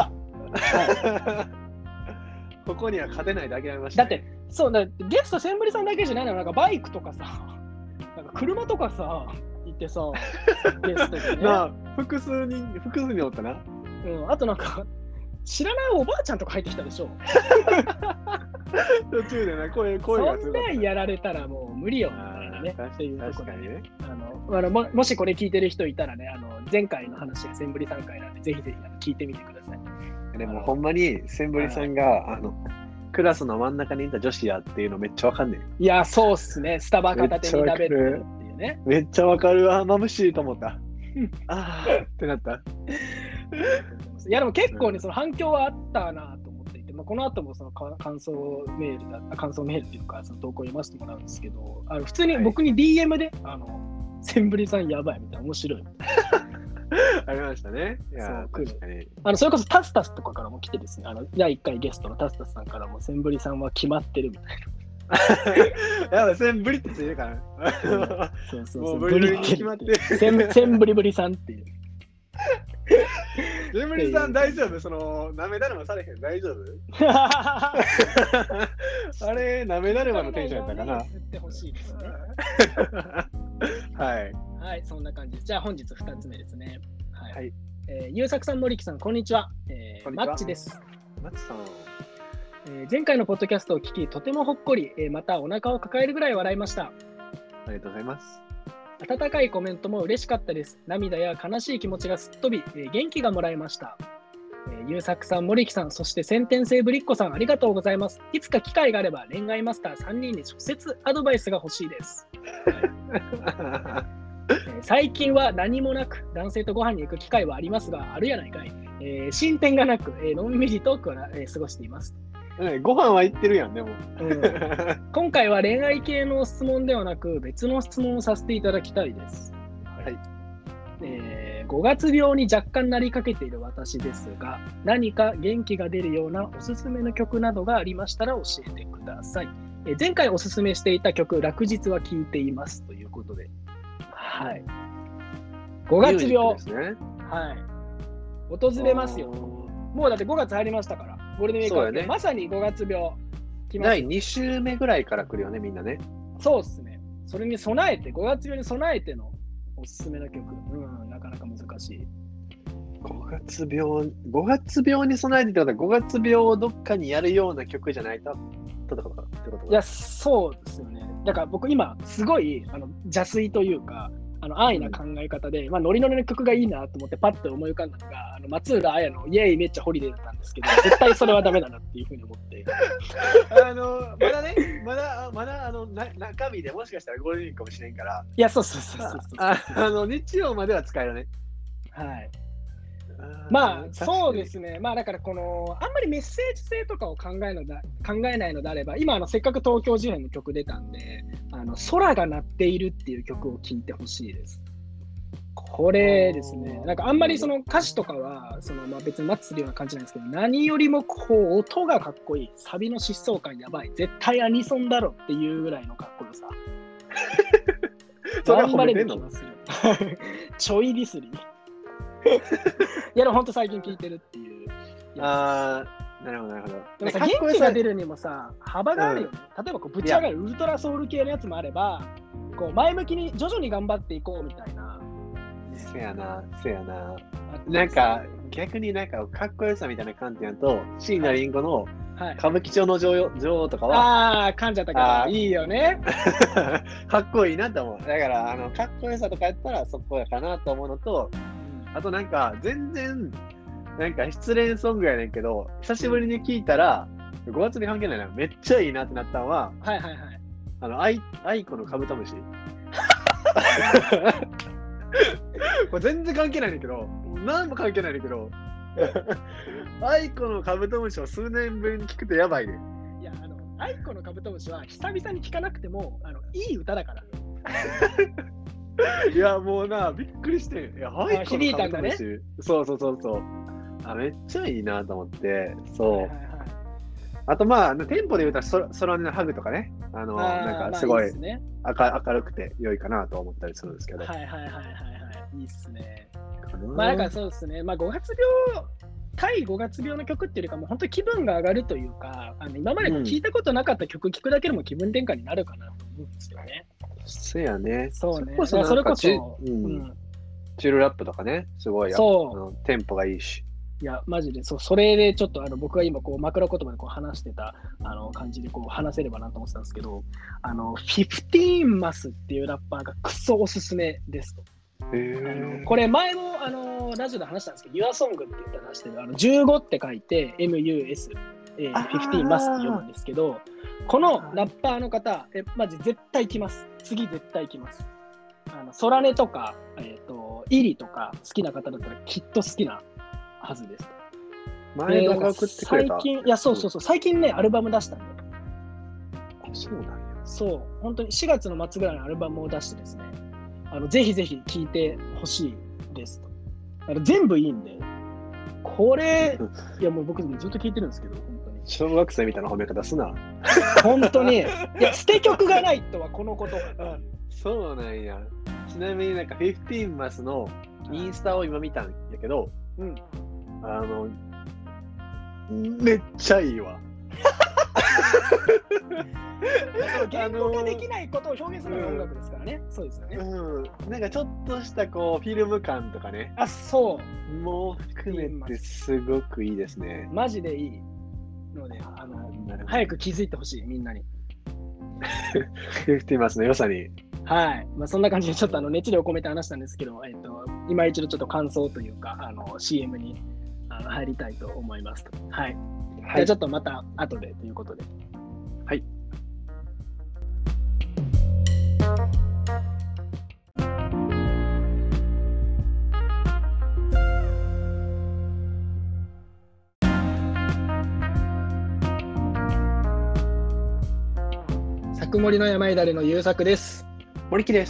ここには勝てないで諦めました、 だって、そうだ、ゲストセンブリさんだけじゃないの、なんかバイクとかさ、なんか車とかさ、行ってさ、ゲストでね。 なあ、複数人、複数人おったな。 うん、あとなんか、知らないおばあちゃんとか入ってきたでしょ。 途中でな、声、声がすそんごかったなんやられたらもう無理よみたいなね。 あーっていうところで確かにね。 あのあのも、もしこれ聞いてる人いたらね、あの前回の話がセンブリさん回なんで、ぜひぜひあの聞いてみてください。 でもほんまに、センブリさんが、あの、クラスの真ん中にいた女子やっていうのめっちゃわかんねん。 いや、そうっすね。スタバ片手に食べるっていうね。 めっちゃわかるわ、眩しいと思った。あーってなった。 いや、でも結構ね、その反響はあったなと思っていて、まあ、この後もそのか感想メールだ感想メールっていうか、その投稿を読ませてもらうんですけど、あの普通に僕に ディーエム で、あのセンブリさんやばいみたいな、面白い。 ありましたね。いやそう確かに。 あのそれこそタスタスとかからも来てですね、あのだいいっかいゲストのタスタスさんからも、センブリさんは決まってるみたいやばい、センブリってついてるから。 な。そうそうそう。 もうブリブリに決まってる。 センセンブリブリさんっていう。 センブリさん大丈夫その、なめだるまされへん大丈夫あれ、なめだるまのテンションやったかな。 言ってほしいですね。 はい。 はい、そんな感じです。じゃあ本日ふたつめですね。はい。 はいえー、ゆうさくさん、森木さん、こんにちは。えー、 こんにちはマッチです、 マッチさん。 えー。前回のポッドキャストを聞き、とてもほっこり、えー、またお腹を抱えるぐらい笑いました。 ありがとうございます。 温かいコメントも嬉しかったです。涙や悲しい気持ちがすっ飛び、えー、元気がもらえました。えー、ゆうさくさん、森木さん、そして先天性ぶりっ子さん、ありがとうございます。いつか機会があれば恋愛マスターさんにんに直接アドバイスが欲しいです。えー最近は何もなく男性とご飯に行く機会はありますが、あるやないかい。えー進展がなく、えーのんびりと、えー過ごしています。 ねご飯は行ってるやん、でも。 うん今回は恋愛系の質問ではなく別の質問をさせていただきたいです。 はい。 えーごがつ病に若干なりかけている私ですが、何か元気が出るようなおすすめの曲などがありましたら教えてください。えー前回おすすめしていた曲、落日は聴いていますということで。はい。ごがつ病、 ですね。 はい。訪れますよ。もうだってごがつ入りましたから、ゴールデンウィーク明け、 そうだねまさにごがつ病来ますよ。 だいに週目ぐらいから来るよね、みんなね。 そうですね。それに備えて、ごがつ病に備えてのおすすめの曲。うん、なかなか難しい。 ごがつ病、ごがつ病に備えてってことは、ごがつ病をどっかにやるような曲じゃないと、ってことか。ってことかいや、そうですよね。だから僕今、すごいあの邪推というか、あの安易な考え方で、まあ、ノリノリの曲がいいなと思ってパッと思い浮かんだのが、あの松浦綾のイエーイめっちゃホリデーだったんですけど、絶対それはダメだなっていうふうに思って。 あの、まだね、まだ、まだ、あの、な中身でもしかしたらゴールデンウィークかもしれんから、 いや、そうそうそうそうそうああの、日曜までは使えるね。 はい。 あーまあそうですね、まあだからこのあんまりメッセージ性とかを考えのだ考えないのであれば、今あのせっかく東京事変の曲出たんで、あの空が鳴っているっていう曲を聴いてほしいです。これですね、なんかあんまりその歌詞とかはそのまあ別にマッチするような感じなんですけど、何よりもこう音がかっこいい、サビの疾走感やばい、絶対アニソンだろっていうぐらいのかっこよさ。 それは頑張れ褒めてんのる気がする。ちょいディスリー。 いやでも本当最近聞いてるっていう。 ああ、なるほどなるほど。 でもさ、元気が出るにもさ、幅があるよね。うん、例えばこうぶち上がるウルトラソウル系のやつもあれば、こう前向きに徐々に頑張っていこうみたいな。 せやな、せやな。なんか逆になんかかっこよさみたいな観点と、椎名林檎の歌舞伎町の女王、女王とかは、 ああ、噛んじゃったけど、いいよね。 かっこいいなと思う。だからあのかっこよさとかやったらそこやかなと思うのと、あとなんか全然なんか失恋ソングやねんけど、久しぶりに聴いたら、ごがつに関係ないな、めっちゃいいなってなったのは、 はいはいはい。 あの、アイ、アイコのカブトムシ。これ全然関係ないねんけど、何も関係ないねんけど、アイコのカブトムシを数年ぶりに聞くとやばいね。 いや、あの、アイコのカブトムシは久々に聞かなくても、あの、いい歌だから。 いや、もうな、びっくりして。いや、アイコのカブトムシ。ね、そうそうそうそう。あ、めっちゃいいなと思って、そう。はいはいはい、あとまあ、テンポで言うとソ、ソラネのハグとかね、あの、あなんかすごい、まあいいね、明, 明るくて良いかなと思ったりするんですけど。 はいはいはいはいはい、いいっすね。まあなんかそうですね、まあごがつ病、対ごがつ病の曲っていうよりかも本当に気分が上がるというか、あの今まで聴いたことなかった曲聴くだけでも気分転換になるかなと思うんですよね。 そうやね。 そうね。 そそれこそ、 うんうん、チルラップとかね、すごいそうあのテンポがいいし。 いや、マジで、そう、それでちょっとあの僕が今こう枕言葉でこう話してたあの感じでこう話せればなと思ってたんですけど、あの、フィフティーンマスっていうラッパーがクソおすすめですと。 へー。 あのこれ前もあのラジオで話したんですけど、Your Song って言ったらしてる、あのじゅうごって書いて エムユーエス、えー、フィフティーンマスって読むんですけど、このラッパーの方、えマジ絶対来ます。次絶対来ます。あのソラネとか、えっと、イリとか好きな方だったらきっと好きなはずです。 前動画送ってくれた。 最近、いや、そうそうそう、最近ね、アルバム出したんだよ。 あ、そうなんや。 そう、本当にしがつの末ぐらいのアルバムを出してですね、あのぜひぜひ聴いてほしいですと。あの全部いいんで、これ、いやもう僕ずっと聴いてるんですけど、本当に。 小学生みたいな褒め方すな。 本当に、いや、捨て曲がないとはこのこと。 そうなんや。ちなみになんかフィフティーンマスのインスタを今見たんやけど、 うん、 あの、めっちゃいいわ。 言語化できないことを表現するのが音楽ですからね。うん、そうですよね。 うん。なんかちょっとしたこうフィルム感とかね。 あ、そう。 もう含めてすごくいいですね。 マジでいいので、あの早く気づいてほしい、みんなに。 フィフティーンマスの良さに。 はい。まあそんな感じでちょっとあの熱量を込めて話したんですけど、えっと今一度ちょっと感想というかあの シーエム にあの入りたいと思いますと。はい。はい、じゃあちょっとまた後でということで。 はい。 作森の山枝での優作です。 森木です。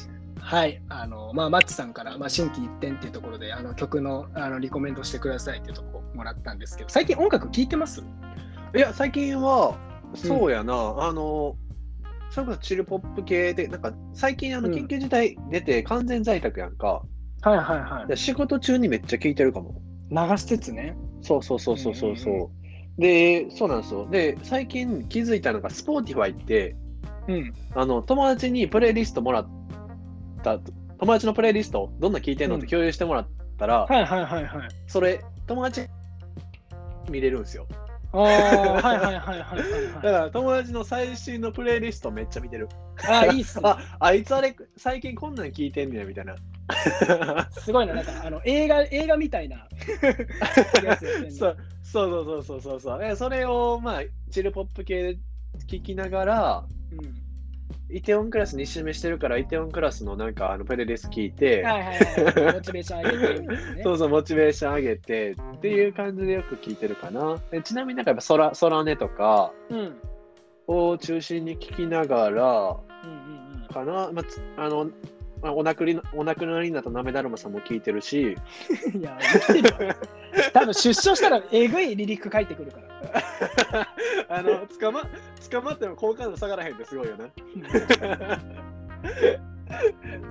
はい、あのまあマッチさんから、まあ、心機一転っていうところであの曲のあのリコメントしてくださいっていうところもらったんですけど、最近音楽聴いてます？ いや最近はそうやな、うん、あのそれこそチルポップ系でなんか最近あの緊急事態出て完全在宅やんか、 うん、はいはいはい。 仕事中にめっちゃ聴いてるかも。 流しつつね。 そうそうそうそうそうそう、うんうん、でそうなんですよ。で最近気づいたのが Spotify って、うん、あの友達にプレイリストもらった友達のプレイリストどんな聴いてんのって共有してもらったら、 うん、はいはいはいはい。 それ友達見れるんですよ。 ああはいはいはいはいはい。 だから友達の最新のプレイリストめっちゃ見てる。 ああいいっすね。 ああいつあれ最近こんなん聞いてんねやみたいな。 すごいな、なんかあの映画映画みたいなやつやってんね。 そうそうそうそうそうそう。えそれをまあチルポップ系で聞きながら、うん、イテオンクラスに周目してるからイテオンクラスのなんかあのプレイリスト聞いて、 はいはいはい、モチベーション上げてみたいなね。 そうそうモチベーション上げてっていう感じでよく聞いてるかな。えちなみになんかやっぱソラソラネとかを中心に聞きながらかな。まああのまあ、お亡くりお亡くなりになったなめだるまさんも聞いてるし。 いや生きてるよ。多分出所したらえぐいリリック書いてくるから。 あの捕ま捕まっても好感度下がらへんってすごいよね。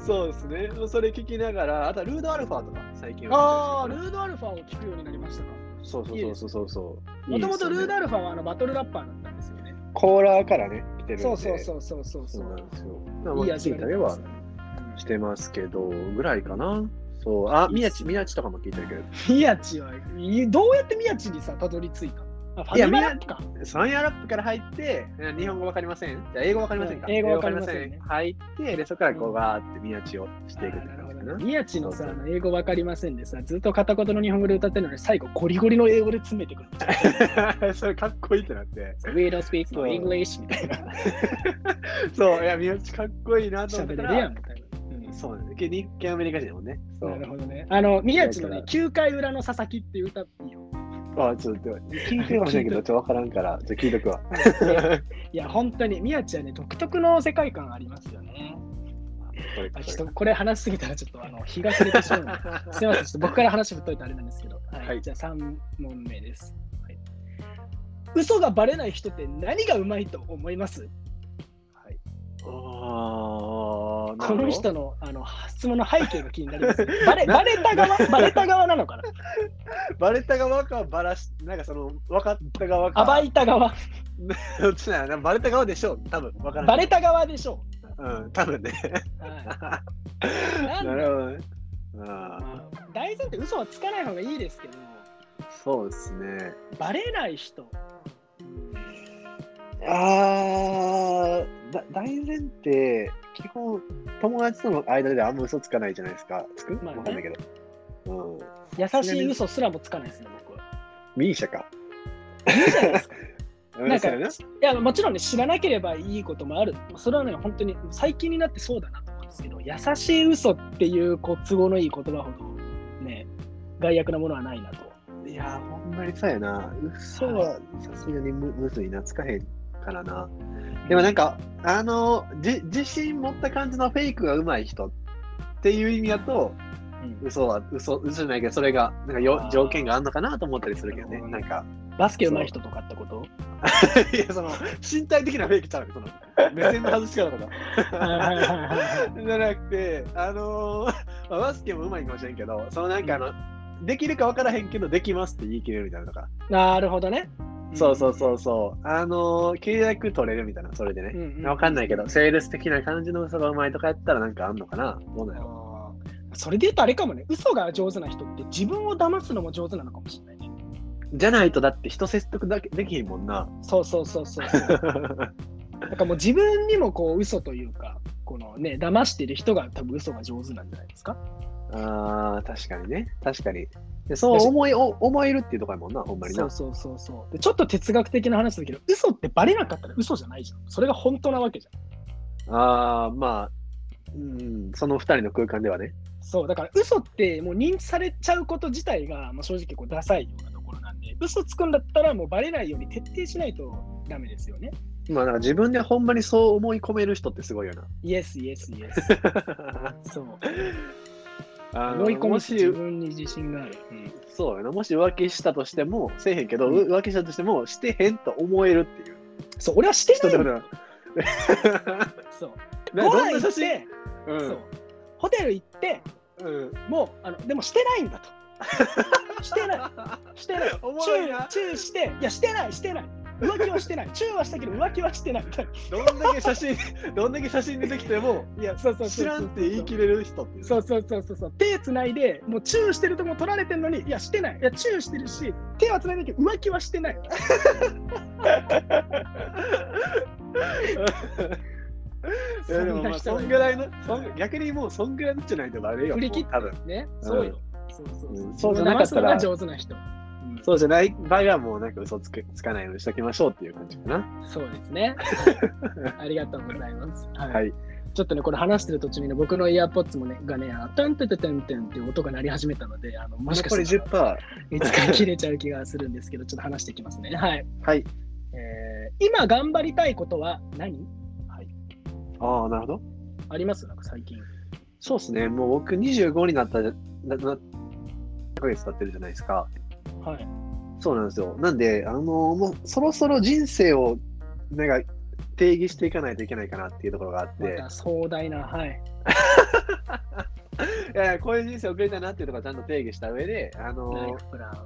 そうですね。それ聞きながら、あとはルードアルファとか最近ああ、 は聞いてるんですよね。 ルードアルファを聞くようになりましたか。 そうそうそうそうそうそう。 もともとルードダアルファはあのバトルラッパーだったんですよね。 コーラーからね、来てるんで。 そうそうそうそうそうそうなんですよ。 いい味が聞いたりはしてますけど、ぐらいかな。そう。あ、宮地、宮地とかも聞いてるけど。 宮地は、いどうやって宮地にさ、たどり着いたの？あ、ファミマラップか。 ファミマラップから入って、日本語わかりません。じゃあ英語わかりませんか、 うん、英語わかりません、ね。 入って、で、そこからこうガーって宮地をしていくって感じかな。 宮地のさ、あの英語わかりませんでさ、ずっと片言の日本語で歌ってるのに、最後ゴリゴリの英語で詰めてくる。 それかっこいいってなって。 We don't speak no English みたいな。 そう、いや、宮地かっこいいなと思ったら。 喋れるやんみたいな。 そうね。日系アメリカ人だもんね。 なるほどね。あの、宮地のね、きゅうかい裏の佐々木っていう歌っていいよ。 あ、ちょっと聞いてるかもしれないけど、ちょっとわからんから、じゃ聞いとくわ。 いや、本当に宮地はね、独特の世界観ありますよね。あちょっとこれ話しすぎたらちょっとあの日が暮れてしまうので、すみません、ちょっと僕から話振っといてあれなんですけど、はい、はい、じゃあさんもんめです。はい、嘘がバレない人って何がうまいと思います？はい、あこの人のあの質問の背景が気になります。バレ、バレた側バレた側なのかな。 バレた側かバラし、なんかその分かった側か。 暴いた側。 どっちなの？バレた側でしょう。多分分からない。 バレた側でしょう。 うん、多分ね。はい、なるほどね。 あ大前提嘘はつかない方がいいですけど。 そうですね。 バレない人。 ああ、大前提、基本、友達との間であんま嘘つかないじゃないですか。つく？まあ、わかんないけど。うん、 優しい嘘すらもつかないですね、僕は。 ミーシャか。 いいじゃないですか。なんかいやもちろんね、知らなければいいこともある。それはね、本当に最近になってそうだなと思うんですけど、優しい嘘っていうこう都合のいい言葉ほどね、害悪なものはないなと。 いや、ほんまにそうやな。嘘はさすがに む, むずいな、つかへんからな。でもなんか、あの、じ自信持った感じのフェイクが上手い人っていう意味だと、うん、嘘は嘘、嘘じゃないけど、それがなんかよ条件があるのかなと思ったりするけどね。なんかバスケ上手い人とかってこと？ いや、その身体的なフェイクちゃう、その目線の外し方とかじゃなくて、あのーまあ、バスケもうまいかもしれんけど、そのなんかあの、うん、できるか分からへんけどできますって言い切れるみたいなとか。 なるほどね。 そうそうそうそう。あのー、契約取れるみたいな、それでね。うんうん、分かんないけど、セールス的な感じの嘘がうまいとかやったらなんかあんのかな。どうなんやろ。 それで言うとあれかもね、嘘が上手な人って自分を騙すのも上手なのかもしれないね。 じゃないとだって人説得だけできへんもんな。 そうそうそうそう。だからもう自分にもこう嘘というか、このね、騙してる人が多分嘘が上手なんじゃないですか。 ああ、確かにね。確かに。でそう思いお思えるっていうところやもんな、ほんまにな。 そうそうそうそう。でちょっと哲学的な話だけど、嘘ってバレなかったら嘘じゃないじゃん。それが本当なわけじゃん。ああ、まあ、うん、その二人の空間ではね。 そう、だから嘘ってもう認知されちゃうこと自体が、まあ、正直こうダサいようなところなんで、嘘つくんだったらもうバレないように徹底しないとダメですよね。 まあなんか自分でほんまにそう思い込める人ってすごいよな。 イエスイエスイエス。そう。思い込むし自分に自信がある。うん、 そうやな。もし浮気したとしても、せえへんけど、うん、浮気したとしても、してへんと思えるっていう。 そう、俺はしてないんだ。そう。ご飯行って、うん、そう。ホテル行って、うん、もうあのでもしてないんだと。してない。してない。チュー、チューして、いやしてないしてない。浮気はしてない。チューはしたけど浮気はしてない。 どんだけ写真、どんだけ写真出てきても、いや、そうそうそうそう知らんって言い切れる人っていう。 そうそうそうそうそう。手つないで、もうチューしてるとこ撮られてるのに、いやしてない。いやチューしてるし、手はつないでるけど浮気はしてない。 いやでもまあそんぐらいの、そん逆にもうそんぐらいのじゃないとバレよ。 振り切って多分ね。そうよ。そうそうそう。 そうじゃなかったら上手な人。 そうじゃない場合はもうなんか嘘つくつかないようにしときましょうっていう感じかな。 そうですね。ありがとうございます。 はい。はい、 ちょっとねこれ話してる途中にね僕のイヤーポッツもねがねタンテテテンテンっていう音が鳴り始めたのであのもしかしたらじゅっパーいつか切れちゃう気がするんですけどちょっと話していきますね。はい。 はい。 えー、今頑張りたいことは何？はい。 ああなるほど。 ありますなんか最近。 そうですね。もう僕にじゅうごになったなななかげつ経ってるじゃないですか。 はい。 そうなんですよ。なんで、あのー、もうそろそろ人生をなんか定義していかないといけないかなっていうところがあって。 また壮大な、はい。 いやこういう人生送りたいなっていうところちゃんと定義した上で、あのライフプラン、うん、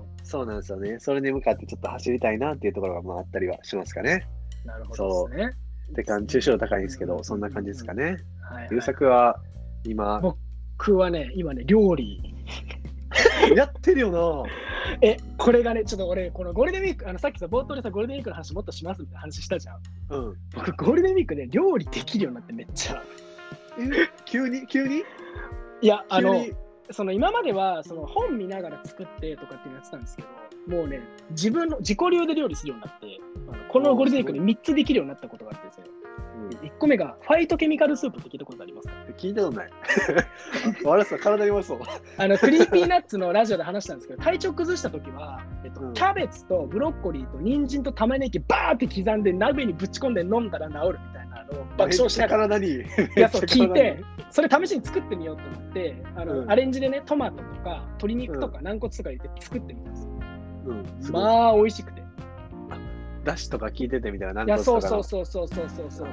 そうなんですよね。それに向かってちょっと走りたいなっていうところがまああったりはしますかね。 なるほどですね。 って感じ、抽象度高いんですけど、そんな感じですかね。 はいはい、 優作は今、 僕はね、今ね、料理。 やってるよな。 え、これがね、ちょっと俺、このゴールデンウィーク、あのさっきさ、冒頭でさ、ゴールデンウィークの話もっとしますみたいな話したじゃん。 うん。 僕、ゴールデンウィークで料理できるようになってめっちゃ。 え、急に急にいや、あの、その今まではその本見ながら作ってとかっていうのやってたんですけど、もうね、自分の自己流で料理するようになって、あのこのゴールデンウィークでみっつできるようになったことがあってですね。いっこめがファイトケミカルスープって聞いたことありますか？ 聞いたことない。悪そう、体に悪そう。 あのクリーピーナッツのラジオで話したんですけど、体調崩したときは、えっとうん、キャベツとブロッコリーと人参と玉ねぎバーって刻んで鍋にぶち込んで飲んだら治るみたいなのを爆笑しながらやつを聞いて、それ試しに作ってみようと思って、あの、うん、アレンジでね、トマトとか鶏肉とか軟骨とか入れて作ってみたんですよ。うん、まあ美味しくて。 だしとか聞いててみたいな。 いや、そうそうそうそうそうそうそう。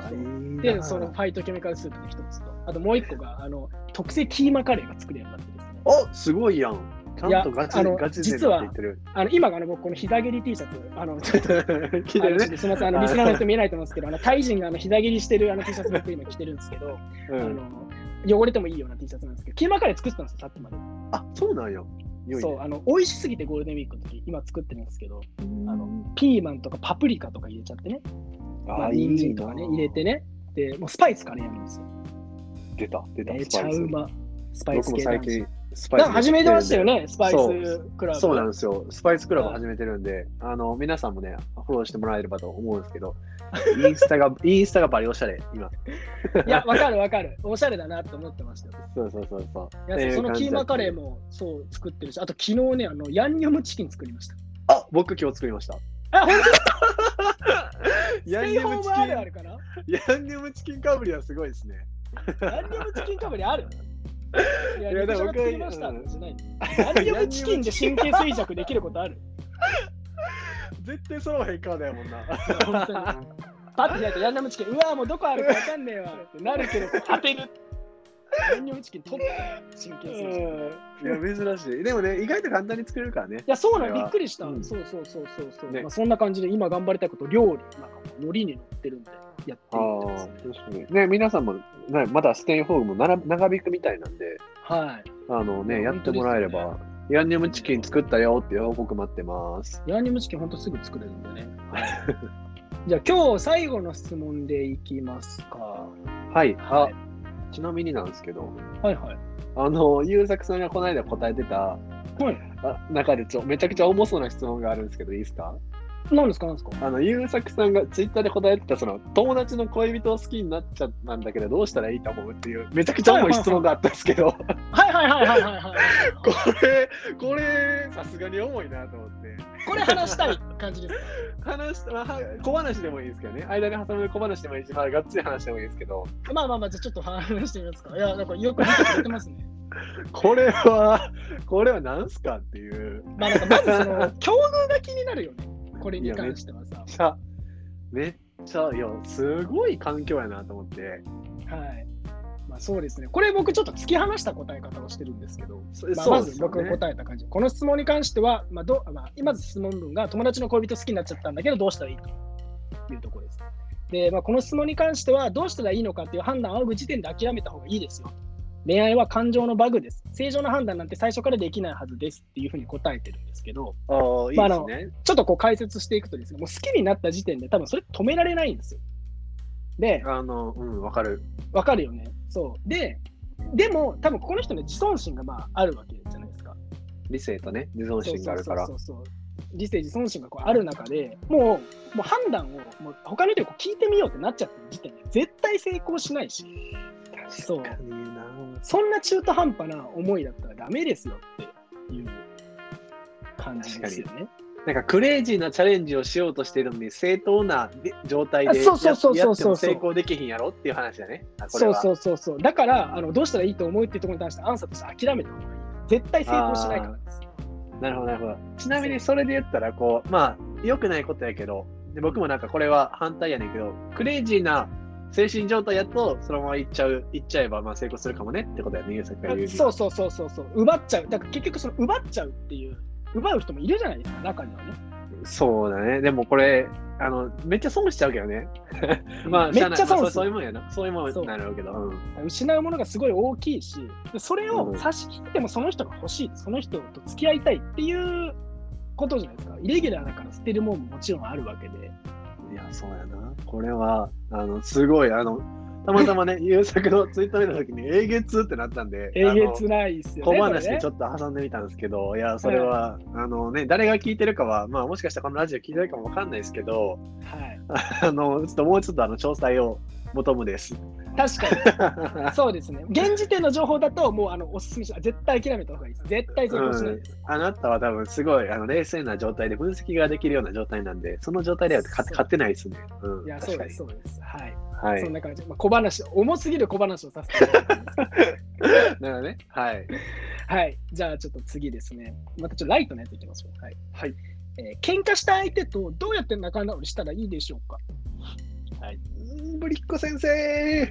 で、そのファイトケミカルスープの一つと、あともう一個が、あの、特製キーマカレーが作れるようになってですね。 お、すごいやん。ちゃんとガチでガチで実は、あの今あの僕この膝蹴り T シャツ、あの、ちょっと、聞いてるね、すみません、あのリスナーの人見えないと思うんですけど、あのタイ人があの膝蹴りしてるあの T シャツ僕今着てるんですけど、うん、あの汚れてもいいような T シャツなんですけど、キーマカレー作ってたんですよ、さっきまで。 あ、そうなんや。 そう、あの美味しすぎてゴールデンウィークの時今作ってるんですけど、あのピーマンとかパプリカとか入れちゃってね、あ、まあ、人参とかね入れてね、でもうスパイスからやるんですよ。 出た出た。 めちゃうま。スパイス系なんですよ。スパイス始めてましたよね、スパイスクラブ。 そうなんですよ。スパイスクラブ始めてるんで、あの皆さんもね、フォローしてもらえればと思うんですけど、インスタが、インスタがバリおしゃれ、今。 いや、わかるわかる。おしゃれだなと思ってましたよ。 そうそうそうそう。 いや、そのキーマカレーもそう作ってるし、あと昨日ね、あのヤンニョムチキン作りました。 あ、僕今日作りました。 あ、本当ヤンニョムチキン。 あるかな？ ヤンニョムチキンかぶりはすごいですね。 ヤンニョムチキンかぶりある？いや、いやでも僕が作りましたってしない。ヤンニョムチキンで神経衰弱できることある？ 絶対その変化だよもんな。 本当に。パッて開いてヤンニョムチキン、うわもうどこあるかわかんねえわってなるけど当てる。ヤンニョムチキン取った神経衰弱。いや珍しい。でもね意外と簡単に作れるからね。 いやそうなのびっくりした。うん、そうそうそうそうそう。ね、まあそんな感じで今頑張りたいこと料理なんかもノリに乗ってるんでやってみてます。 ね。ね皆さんも、ね、まだステイホームも長引くみたいなんで、 はい。 あのねやってもらえれば、ね、ヤンニョムチキン作ったよって報告待ってます。 ヤンニョムチキンほんとすぐ作れるんでね。じゃあ今日最後の質問でいきますか。 はい。あ、ちなみになんですけど。 はいはい。 あの、ゆうさくさんがこの間答えてた、はい、あ中でちょめちゃくちゃ重そうな質問があるんですけど、いいですか？ 何ですか何ですか？ あの、ゆうさくさんがツイッターで答えてた、その、友達の恋人を好きになっちゃったんだけど、どうしたらいいと思うっていう、めちゃくちゃ重い質問があったんですけど。 はいはいはいはいはいはい。 これ、これ、さすがに重いなと思って。 これ話したい感じですか？話した、まあ、小話でもいいですけどね。間に挟む小話でもいいし、まあ、がっつり話してもいいですけど。 まあまあまあ、じゃあちょっと話してみますか。いや、なんかよく見てくれてますね。 これは、これは何すかっていう。 まあなんかまずその、境遇が気になるよね。これに関してはさ。 めっちゃ、めっちゃ、いや、すごい環境やなと思って。 はい。まあそうですね。これ僕ちょっと突き放した答え方をしてるんですけど、まあ、まず僕が答えた感じ。この質問に関しては、まあどまあ、まず質問文が友達の恋人好きになっちゃったんだけど、どうしたらいいというところです。で、まあ、この質問に関しては、どうしたらいいのかっていう判断を仰ぐ時点で諦めた方がいいですよ。恋愛は感情のバグです。正常な判断なんて最初からできないはずですっていうふうに答えてるんですけど、 ああ、いいですね。 ちょっとこう解説していくとですね、もう好きになった時点で多分それ止められないんですよ。で、 あの、うん、わかる。 わかるよね。そう。で、でも多分この人の自尊心がまああるわけじゃないですか。 理性とね、自尊心があるから。 そうそうそうそう。理性、自尊心がこうある中でもう、もう判断をもう他の人にこう聞いてみようってなっちゃってる時点で絶対成功しないし。そうそんな中途半端な思いだったらダメですよっていう感じですよね。 なんかクレイジーなチャレンジをしようとしているのに正当な状態でやっても成功できひんやろっていう話だね。 そうそうそうそう。だからあのどうしたらいいと思うっていうところに対してアンサーとして諦めた方がいい。絶対成功しないからです。 なるほどなるほど。ちなみにそれで言ったらこうまあ良くないことやけど、で僕もなんかこれは反対やねんけど、クレイジーな精神状態やとそのまま行っちゃう、行っちゃえばまあ成功するかもねってことやね、ゆうさくが言うに。 そうそうそうそうそう、奪っちゃう。だから結局その奪っちゃうっていう、奪う人もいるじゃないですか、中にはね。 そうだね。でもこれ、あの、めっちゃ損しちゃうけどね。まあ、 めっちゃ損する、 まあ、そういうもんやな。そういうもんになるけど。 うん、失うものがすごい大きいし、それを差し切ってもその人が欲しい、その人と付き合いたいっていうことじゃないですか。イレギュラーだから捨てるもんももちろんあるわけで。 いや、そうやな。これは、あの、すごい、あの、たまたまね、優作のツイッター見たときに、えげつってなったんで、 えげつないっすよね。 小話でちょっと挟んでみたんですけど、ね、いや、それは、はい、あのね、誰が聞いてるかは、まあ、もしかしたらこのラジオ聞いてるかもわかんないですけど、はい、あの、ちょっともうちょっとあの詳細を求むです。 確かに。そうですね。現時点の情報だと、もうあのおすすめし絶対諦めた方がいいです。絶対成功しないです、 うん。あなたは多分すごいあの冷静な状態で分析ができるような状態なんで、その状態では勝ってないですね。 うん、いや、そうです、そうです。はい。 はい、 そんな感じ。まあ、小話、重すぎる小話をさせてもらいます。 なるほどね。はい。 はい。じゃあちょっと次ですね。またちょっとライトのやついきましょう。はい。 はい。 えー、喧嘩した相手とどうやって仲直りしたらいいでしょうか。 はい。ぶりっ子先生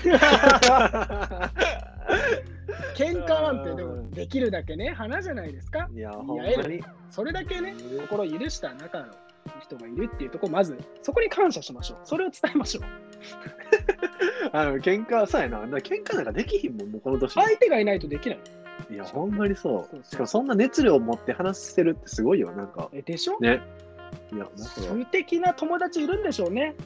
喧嘩なんてでもできるだけね、花じゃないですか。 いや、ほんまに。 それだけね、心許した中の人がいるっていうところ、まずそこに感謝しましょう。それを伝えましょう。 あの喧嘩さやな。喧嘩なんかできひんもん、もうこの年。 相手がいないとできない。 いや、ほんまにそう。そうそう、しかもそんな熱量を持って話してるってすごいよ、なんか。 え、でしょね。いや、素敵な友達いるんでしょうね。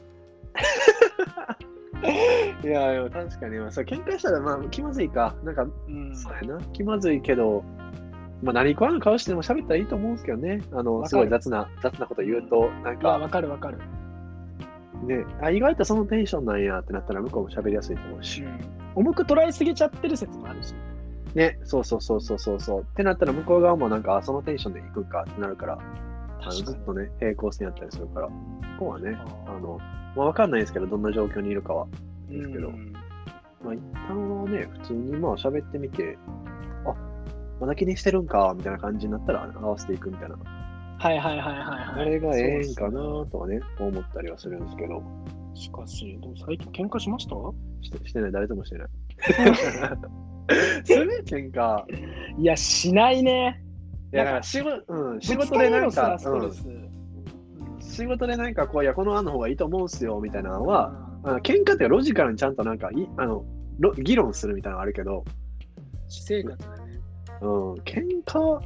いやいや、確かに、まあ、そう喧嘩したらまあ気まずいか。なんか、うん、そうやな。気まずいけど、まあ、何食わぬ顔しても喋ったらいいと思うんですけどね。あの、すごい雑な、雑なこと言うと、なんか。 わかるわかる。 ね、あ、意外とそのテンションなんやってなったら向こうも喋りやすいと思うし。うん、 重く捉えすぎちゃってる説もあるし。 ね、そうそうそうそうそうそう。ってなったら向こう側もなんか、そのテンションで行くかってなるから、あのずっとね、平行線やったりするから、ここはね、あの、まあ、わかんないですけど、どんな状況にいるかはですけど、まあ、一旦はね、普通にまあ喋ってみて、あ、まだ気にしてるんか、みたいな感じになったら合わせていくみたいな。 はいはいはいはい、はい。 あれがええんかなとはね、思ったりはするんですけど。 しかし、でも最近喧嘩しましたして、してない、誰ともしてない。する喧嘩。 いや、しないね。 いや、だから仕事、うん、仕事でなんか、仕事でなんかこう、いや、この案の方がいいと思うんすよ、みたいなのは、あの喧嘩ってロジカルにちゃんとなんかいあの議論するみたいなのあるけど、 私生活だね。 うん、喧嘩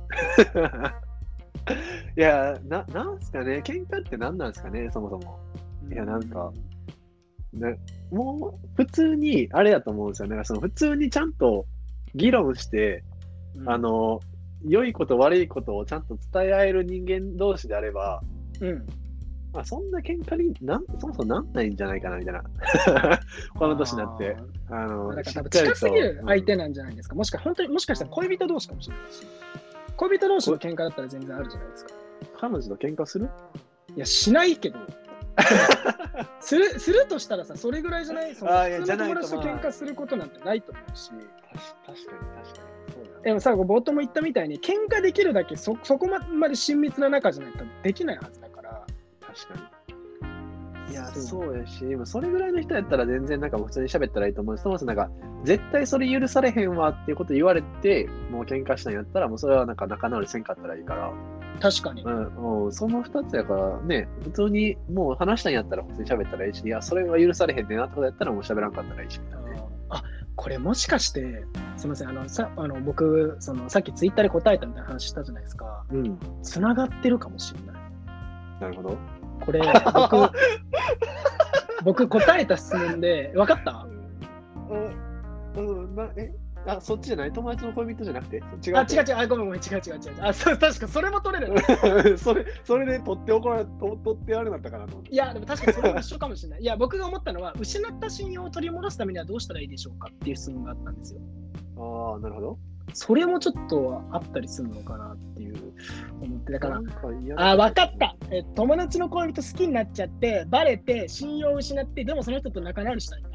いや、な、なんすかね、喧嘩って何なんですかね、そもそも。いや、なんか、ね、もう、普通に、あれだと思うんですよ。なんかその普通にちゃんと議論して、うん、あの、良いこと悪いことをちゃんと伝え合える人間同士であれば、うん。まあ、そんな喧嘩になん、そもそもなんないんじゃないかな、みたいな。この年になって。あの、 だから多分近すぎる相手なんじゃないですか。うん、もしか、本当に、もしかしたら恋人同士かもしれないし。恋人同士の喧嘩だったら全然あるじゃないですか。 彼女と喧嘩する？ いや、しないけど。する、するとしたらさ、それぐらいじゃない？その普通の友達と喧嘩することなんてないと思うし。 確かに、確かに。 でもさ、冒頭も言ったみたいに、喧嘩できるだけ そ, そこまで親密な仲じゃないとできないはずだから。 確かに。いや、そうやし、それぐらいの人やったら全然なんか普通に喋ったらいいと思うし、そもそもなんか、絶対それ許されへんわっていうこと言われて、もう喧嘩したんやったら、もうそれはなんか仲直りせんかったらいいから。 確かに。 うん、うん、その二つやからね、普通にもう話したんやったら普通に喋ったらいいし、いや、それは許されへんねんなってことやったらもう喋らんかったらいいしみたいなね。 あ、これもしかして、すみません、あのさあの僕その、さっきツイッターで答えたみたいな話したじゃないですか。うん。つながってるかもしれない。 なるほど。 これ、僕、僕答えた質問で、分かった？ うん、うん、な、えあ、そっちじゃない？友達の恋人じゃなくて？違う。 あ、違う違う。あ、ごめんごめん。違う違う違う。あ、そう、確かそれも取れる。 それ、それで取って怒られ、取ってあれだったかなと思って。 いや、でも確かにそれも一緒かもしれない。いや、僕が思ったのは、失った信用を取り戻すためにはどうしたらいいでしょうかっていう質問があったんですよ。 ああ、なるほど。 それもちょっとあったりするのかなっていう思って、だから、あ、分かった。え、友達の恋人好きになっちゃって、バレて、信用を失って、でもその人と仲直りしたいんだ。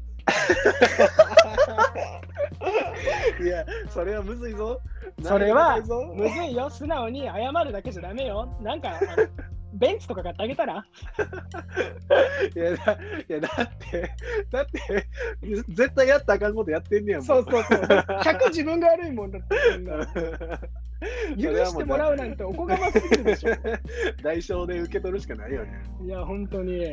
いや、それはむずいぞ。 それはむずいよ。素直に謝るだけじゃダメよ。なんかベンツとか買ってあげたらいやだ、いやだって、だって、絶対やったらあかんことやってんねやもん。 そうそうそう。ひゃく自分が悪いもんだって。そんな許してもらうなんておこがますぎるでしょ。 代償で受け取るしかないよね。 いや、本当に。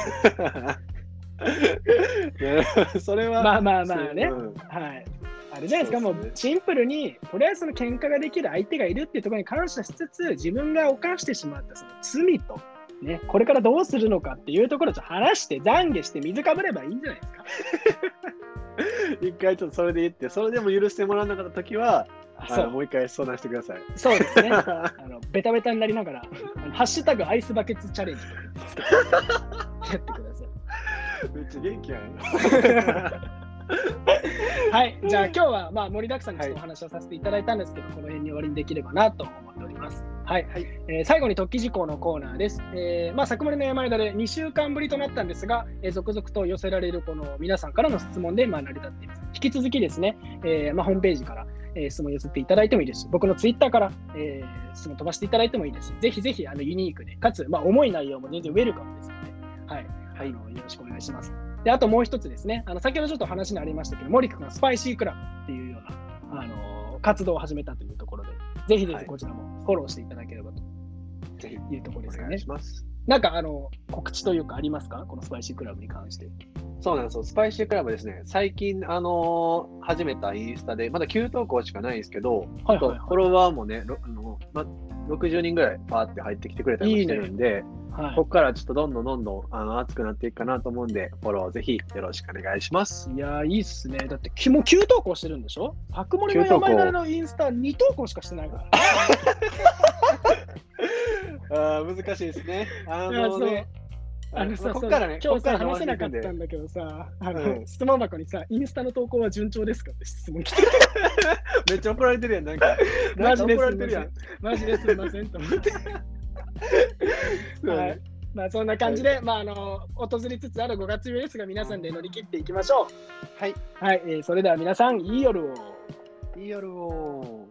それは。 まあまあまあね。うん、はい。あれじゃないですか、もうシンプルに、とりあえずその喧嘩ができる相手がいるっていうところに感謝しつつ、自分が犯してしまったその罪と、ね、これからどうするのかっていうところを話して、懺悔して水かぶればいいんじゃないですか。 一回ちょっとそれで言って、それでも許してもらわなかったときは、あのもう一回相談してください。 そうですね。あのベタベタになりながら、あのハッシュタグアイスバケツチャレンジとかやってください。 めっちゃ元気やん。 はい、じゃあ今日はまあ盛りだくさんにちょっとお話をさせていただいたんですけど、はい、この辺に終わりにできればなと思っております。はい、はい、えー、最後に特記事項のコーナーです。えーまあ、作盛の山枝でにしゅうかんぶりとなったんですが、えー、続々と寄せられるこの皆さんからの質問でまあ成り立っています。引き続きですね、えーまあ、ホームページから、えー、質問寄せていただいてもいいですし、僕のツイッターから、えー、質問飛ばしていただいてもいいですし、ぜひぜひあのユニークで、かつ、まあ、重い内容も全然ウェルカムですので、はい、はい、あのよろしくお願いします。で、あともう一つですね、あの先ほどちょっと話にありましたけど、森君がスパイシークラブっていうような、あのー、活動を始めたというところで、ぜひぜひこちらもフォローしていただければというところですかね。なんかあの告知というかありますか、このスパイシークラブに関して。 そうなんですよ、スパイシークラブですね、最近、あのー、始めたインスタで、まだきゅう投稿しかないんですけど、はいはいはい、フォロワーもね、あのま、ろくじゅうにんぐらいパーって入ってきてくれたりしてるんで、いいね、はい、ここからちょっとどんどんどんどんあの熱くなっていくかなと思うんで、フォローぜひよろしくお願いします。 いやー、いいっすね。だって、もうきゅう投稿してるんでしょ？白森の山田のインスタに投稿しかしてないから。 あ難しいですね。あのね、 あのさ、ここからね、今日さ、話せなかったんだけどさ、あの、うん、質問箱にさ、インスタの投稿は順調ですかって質問来てめっちゃ怒られてるやん、なんか。 マジで怒られてるやん。マジですいませんと思って。はい。まあそんな感じで、はい、まああの訪れつつあるごがつ病ですが、皆さんで乗り切っていきましょう。 はい。 はい、えー、それでは皆さん、いい夜を。 いい夜を。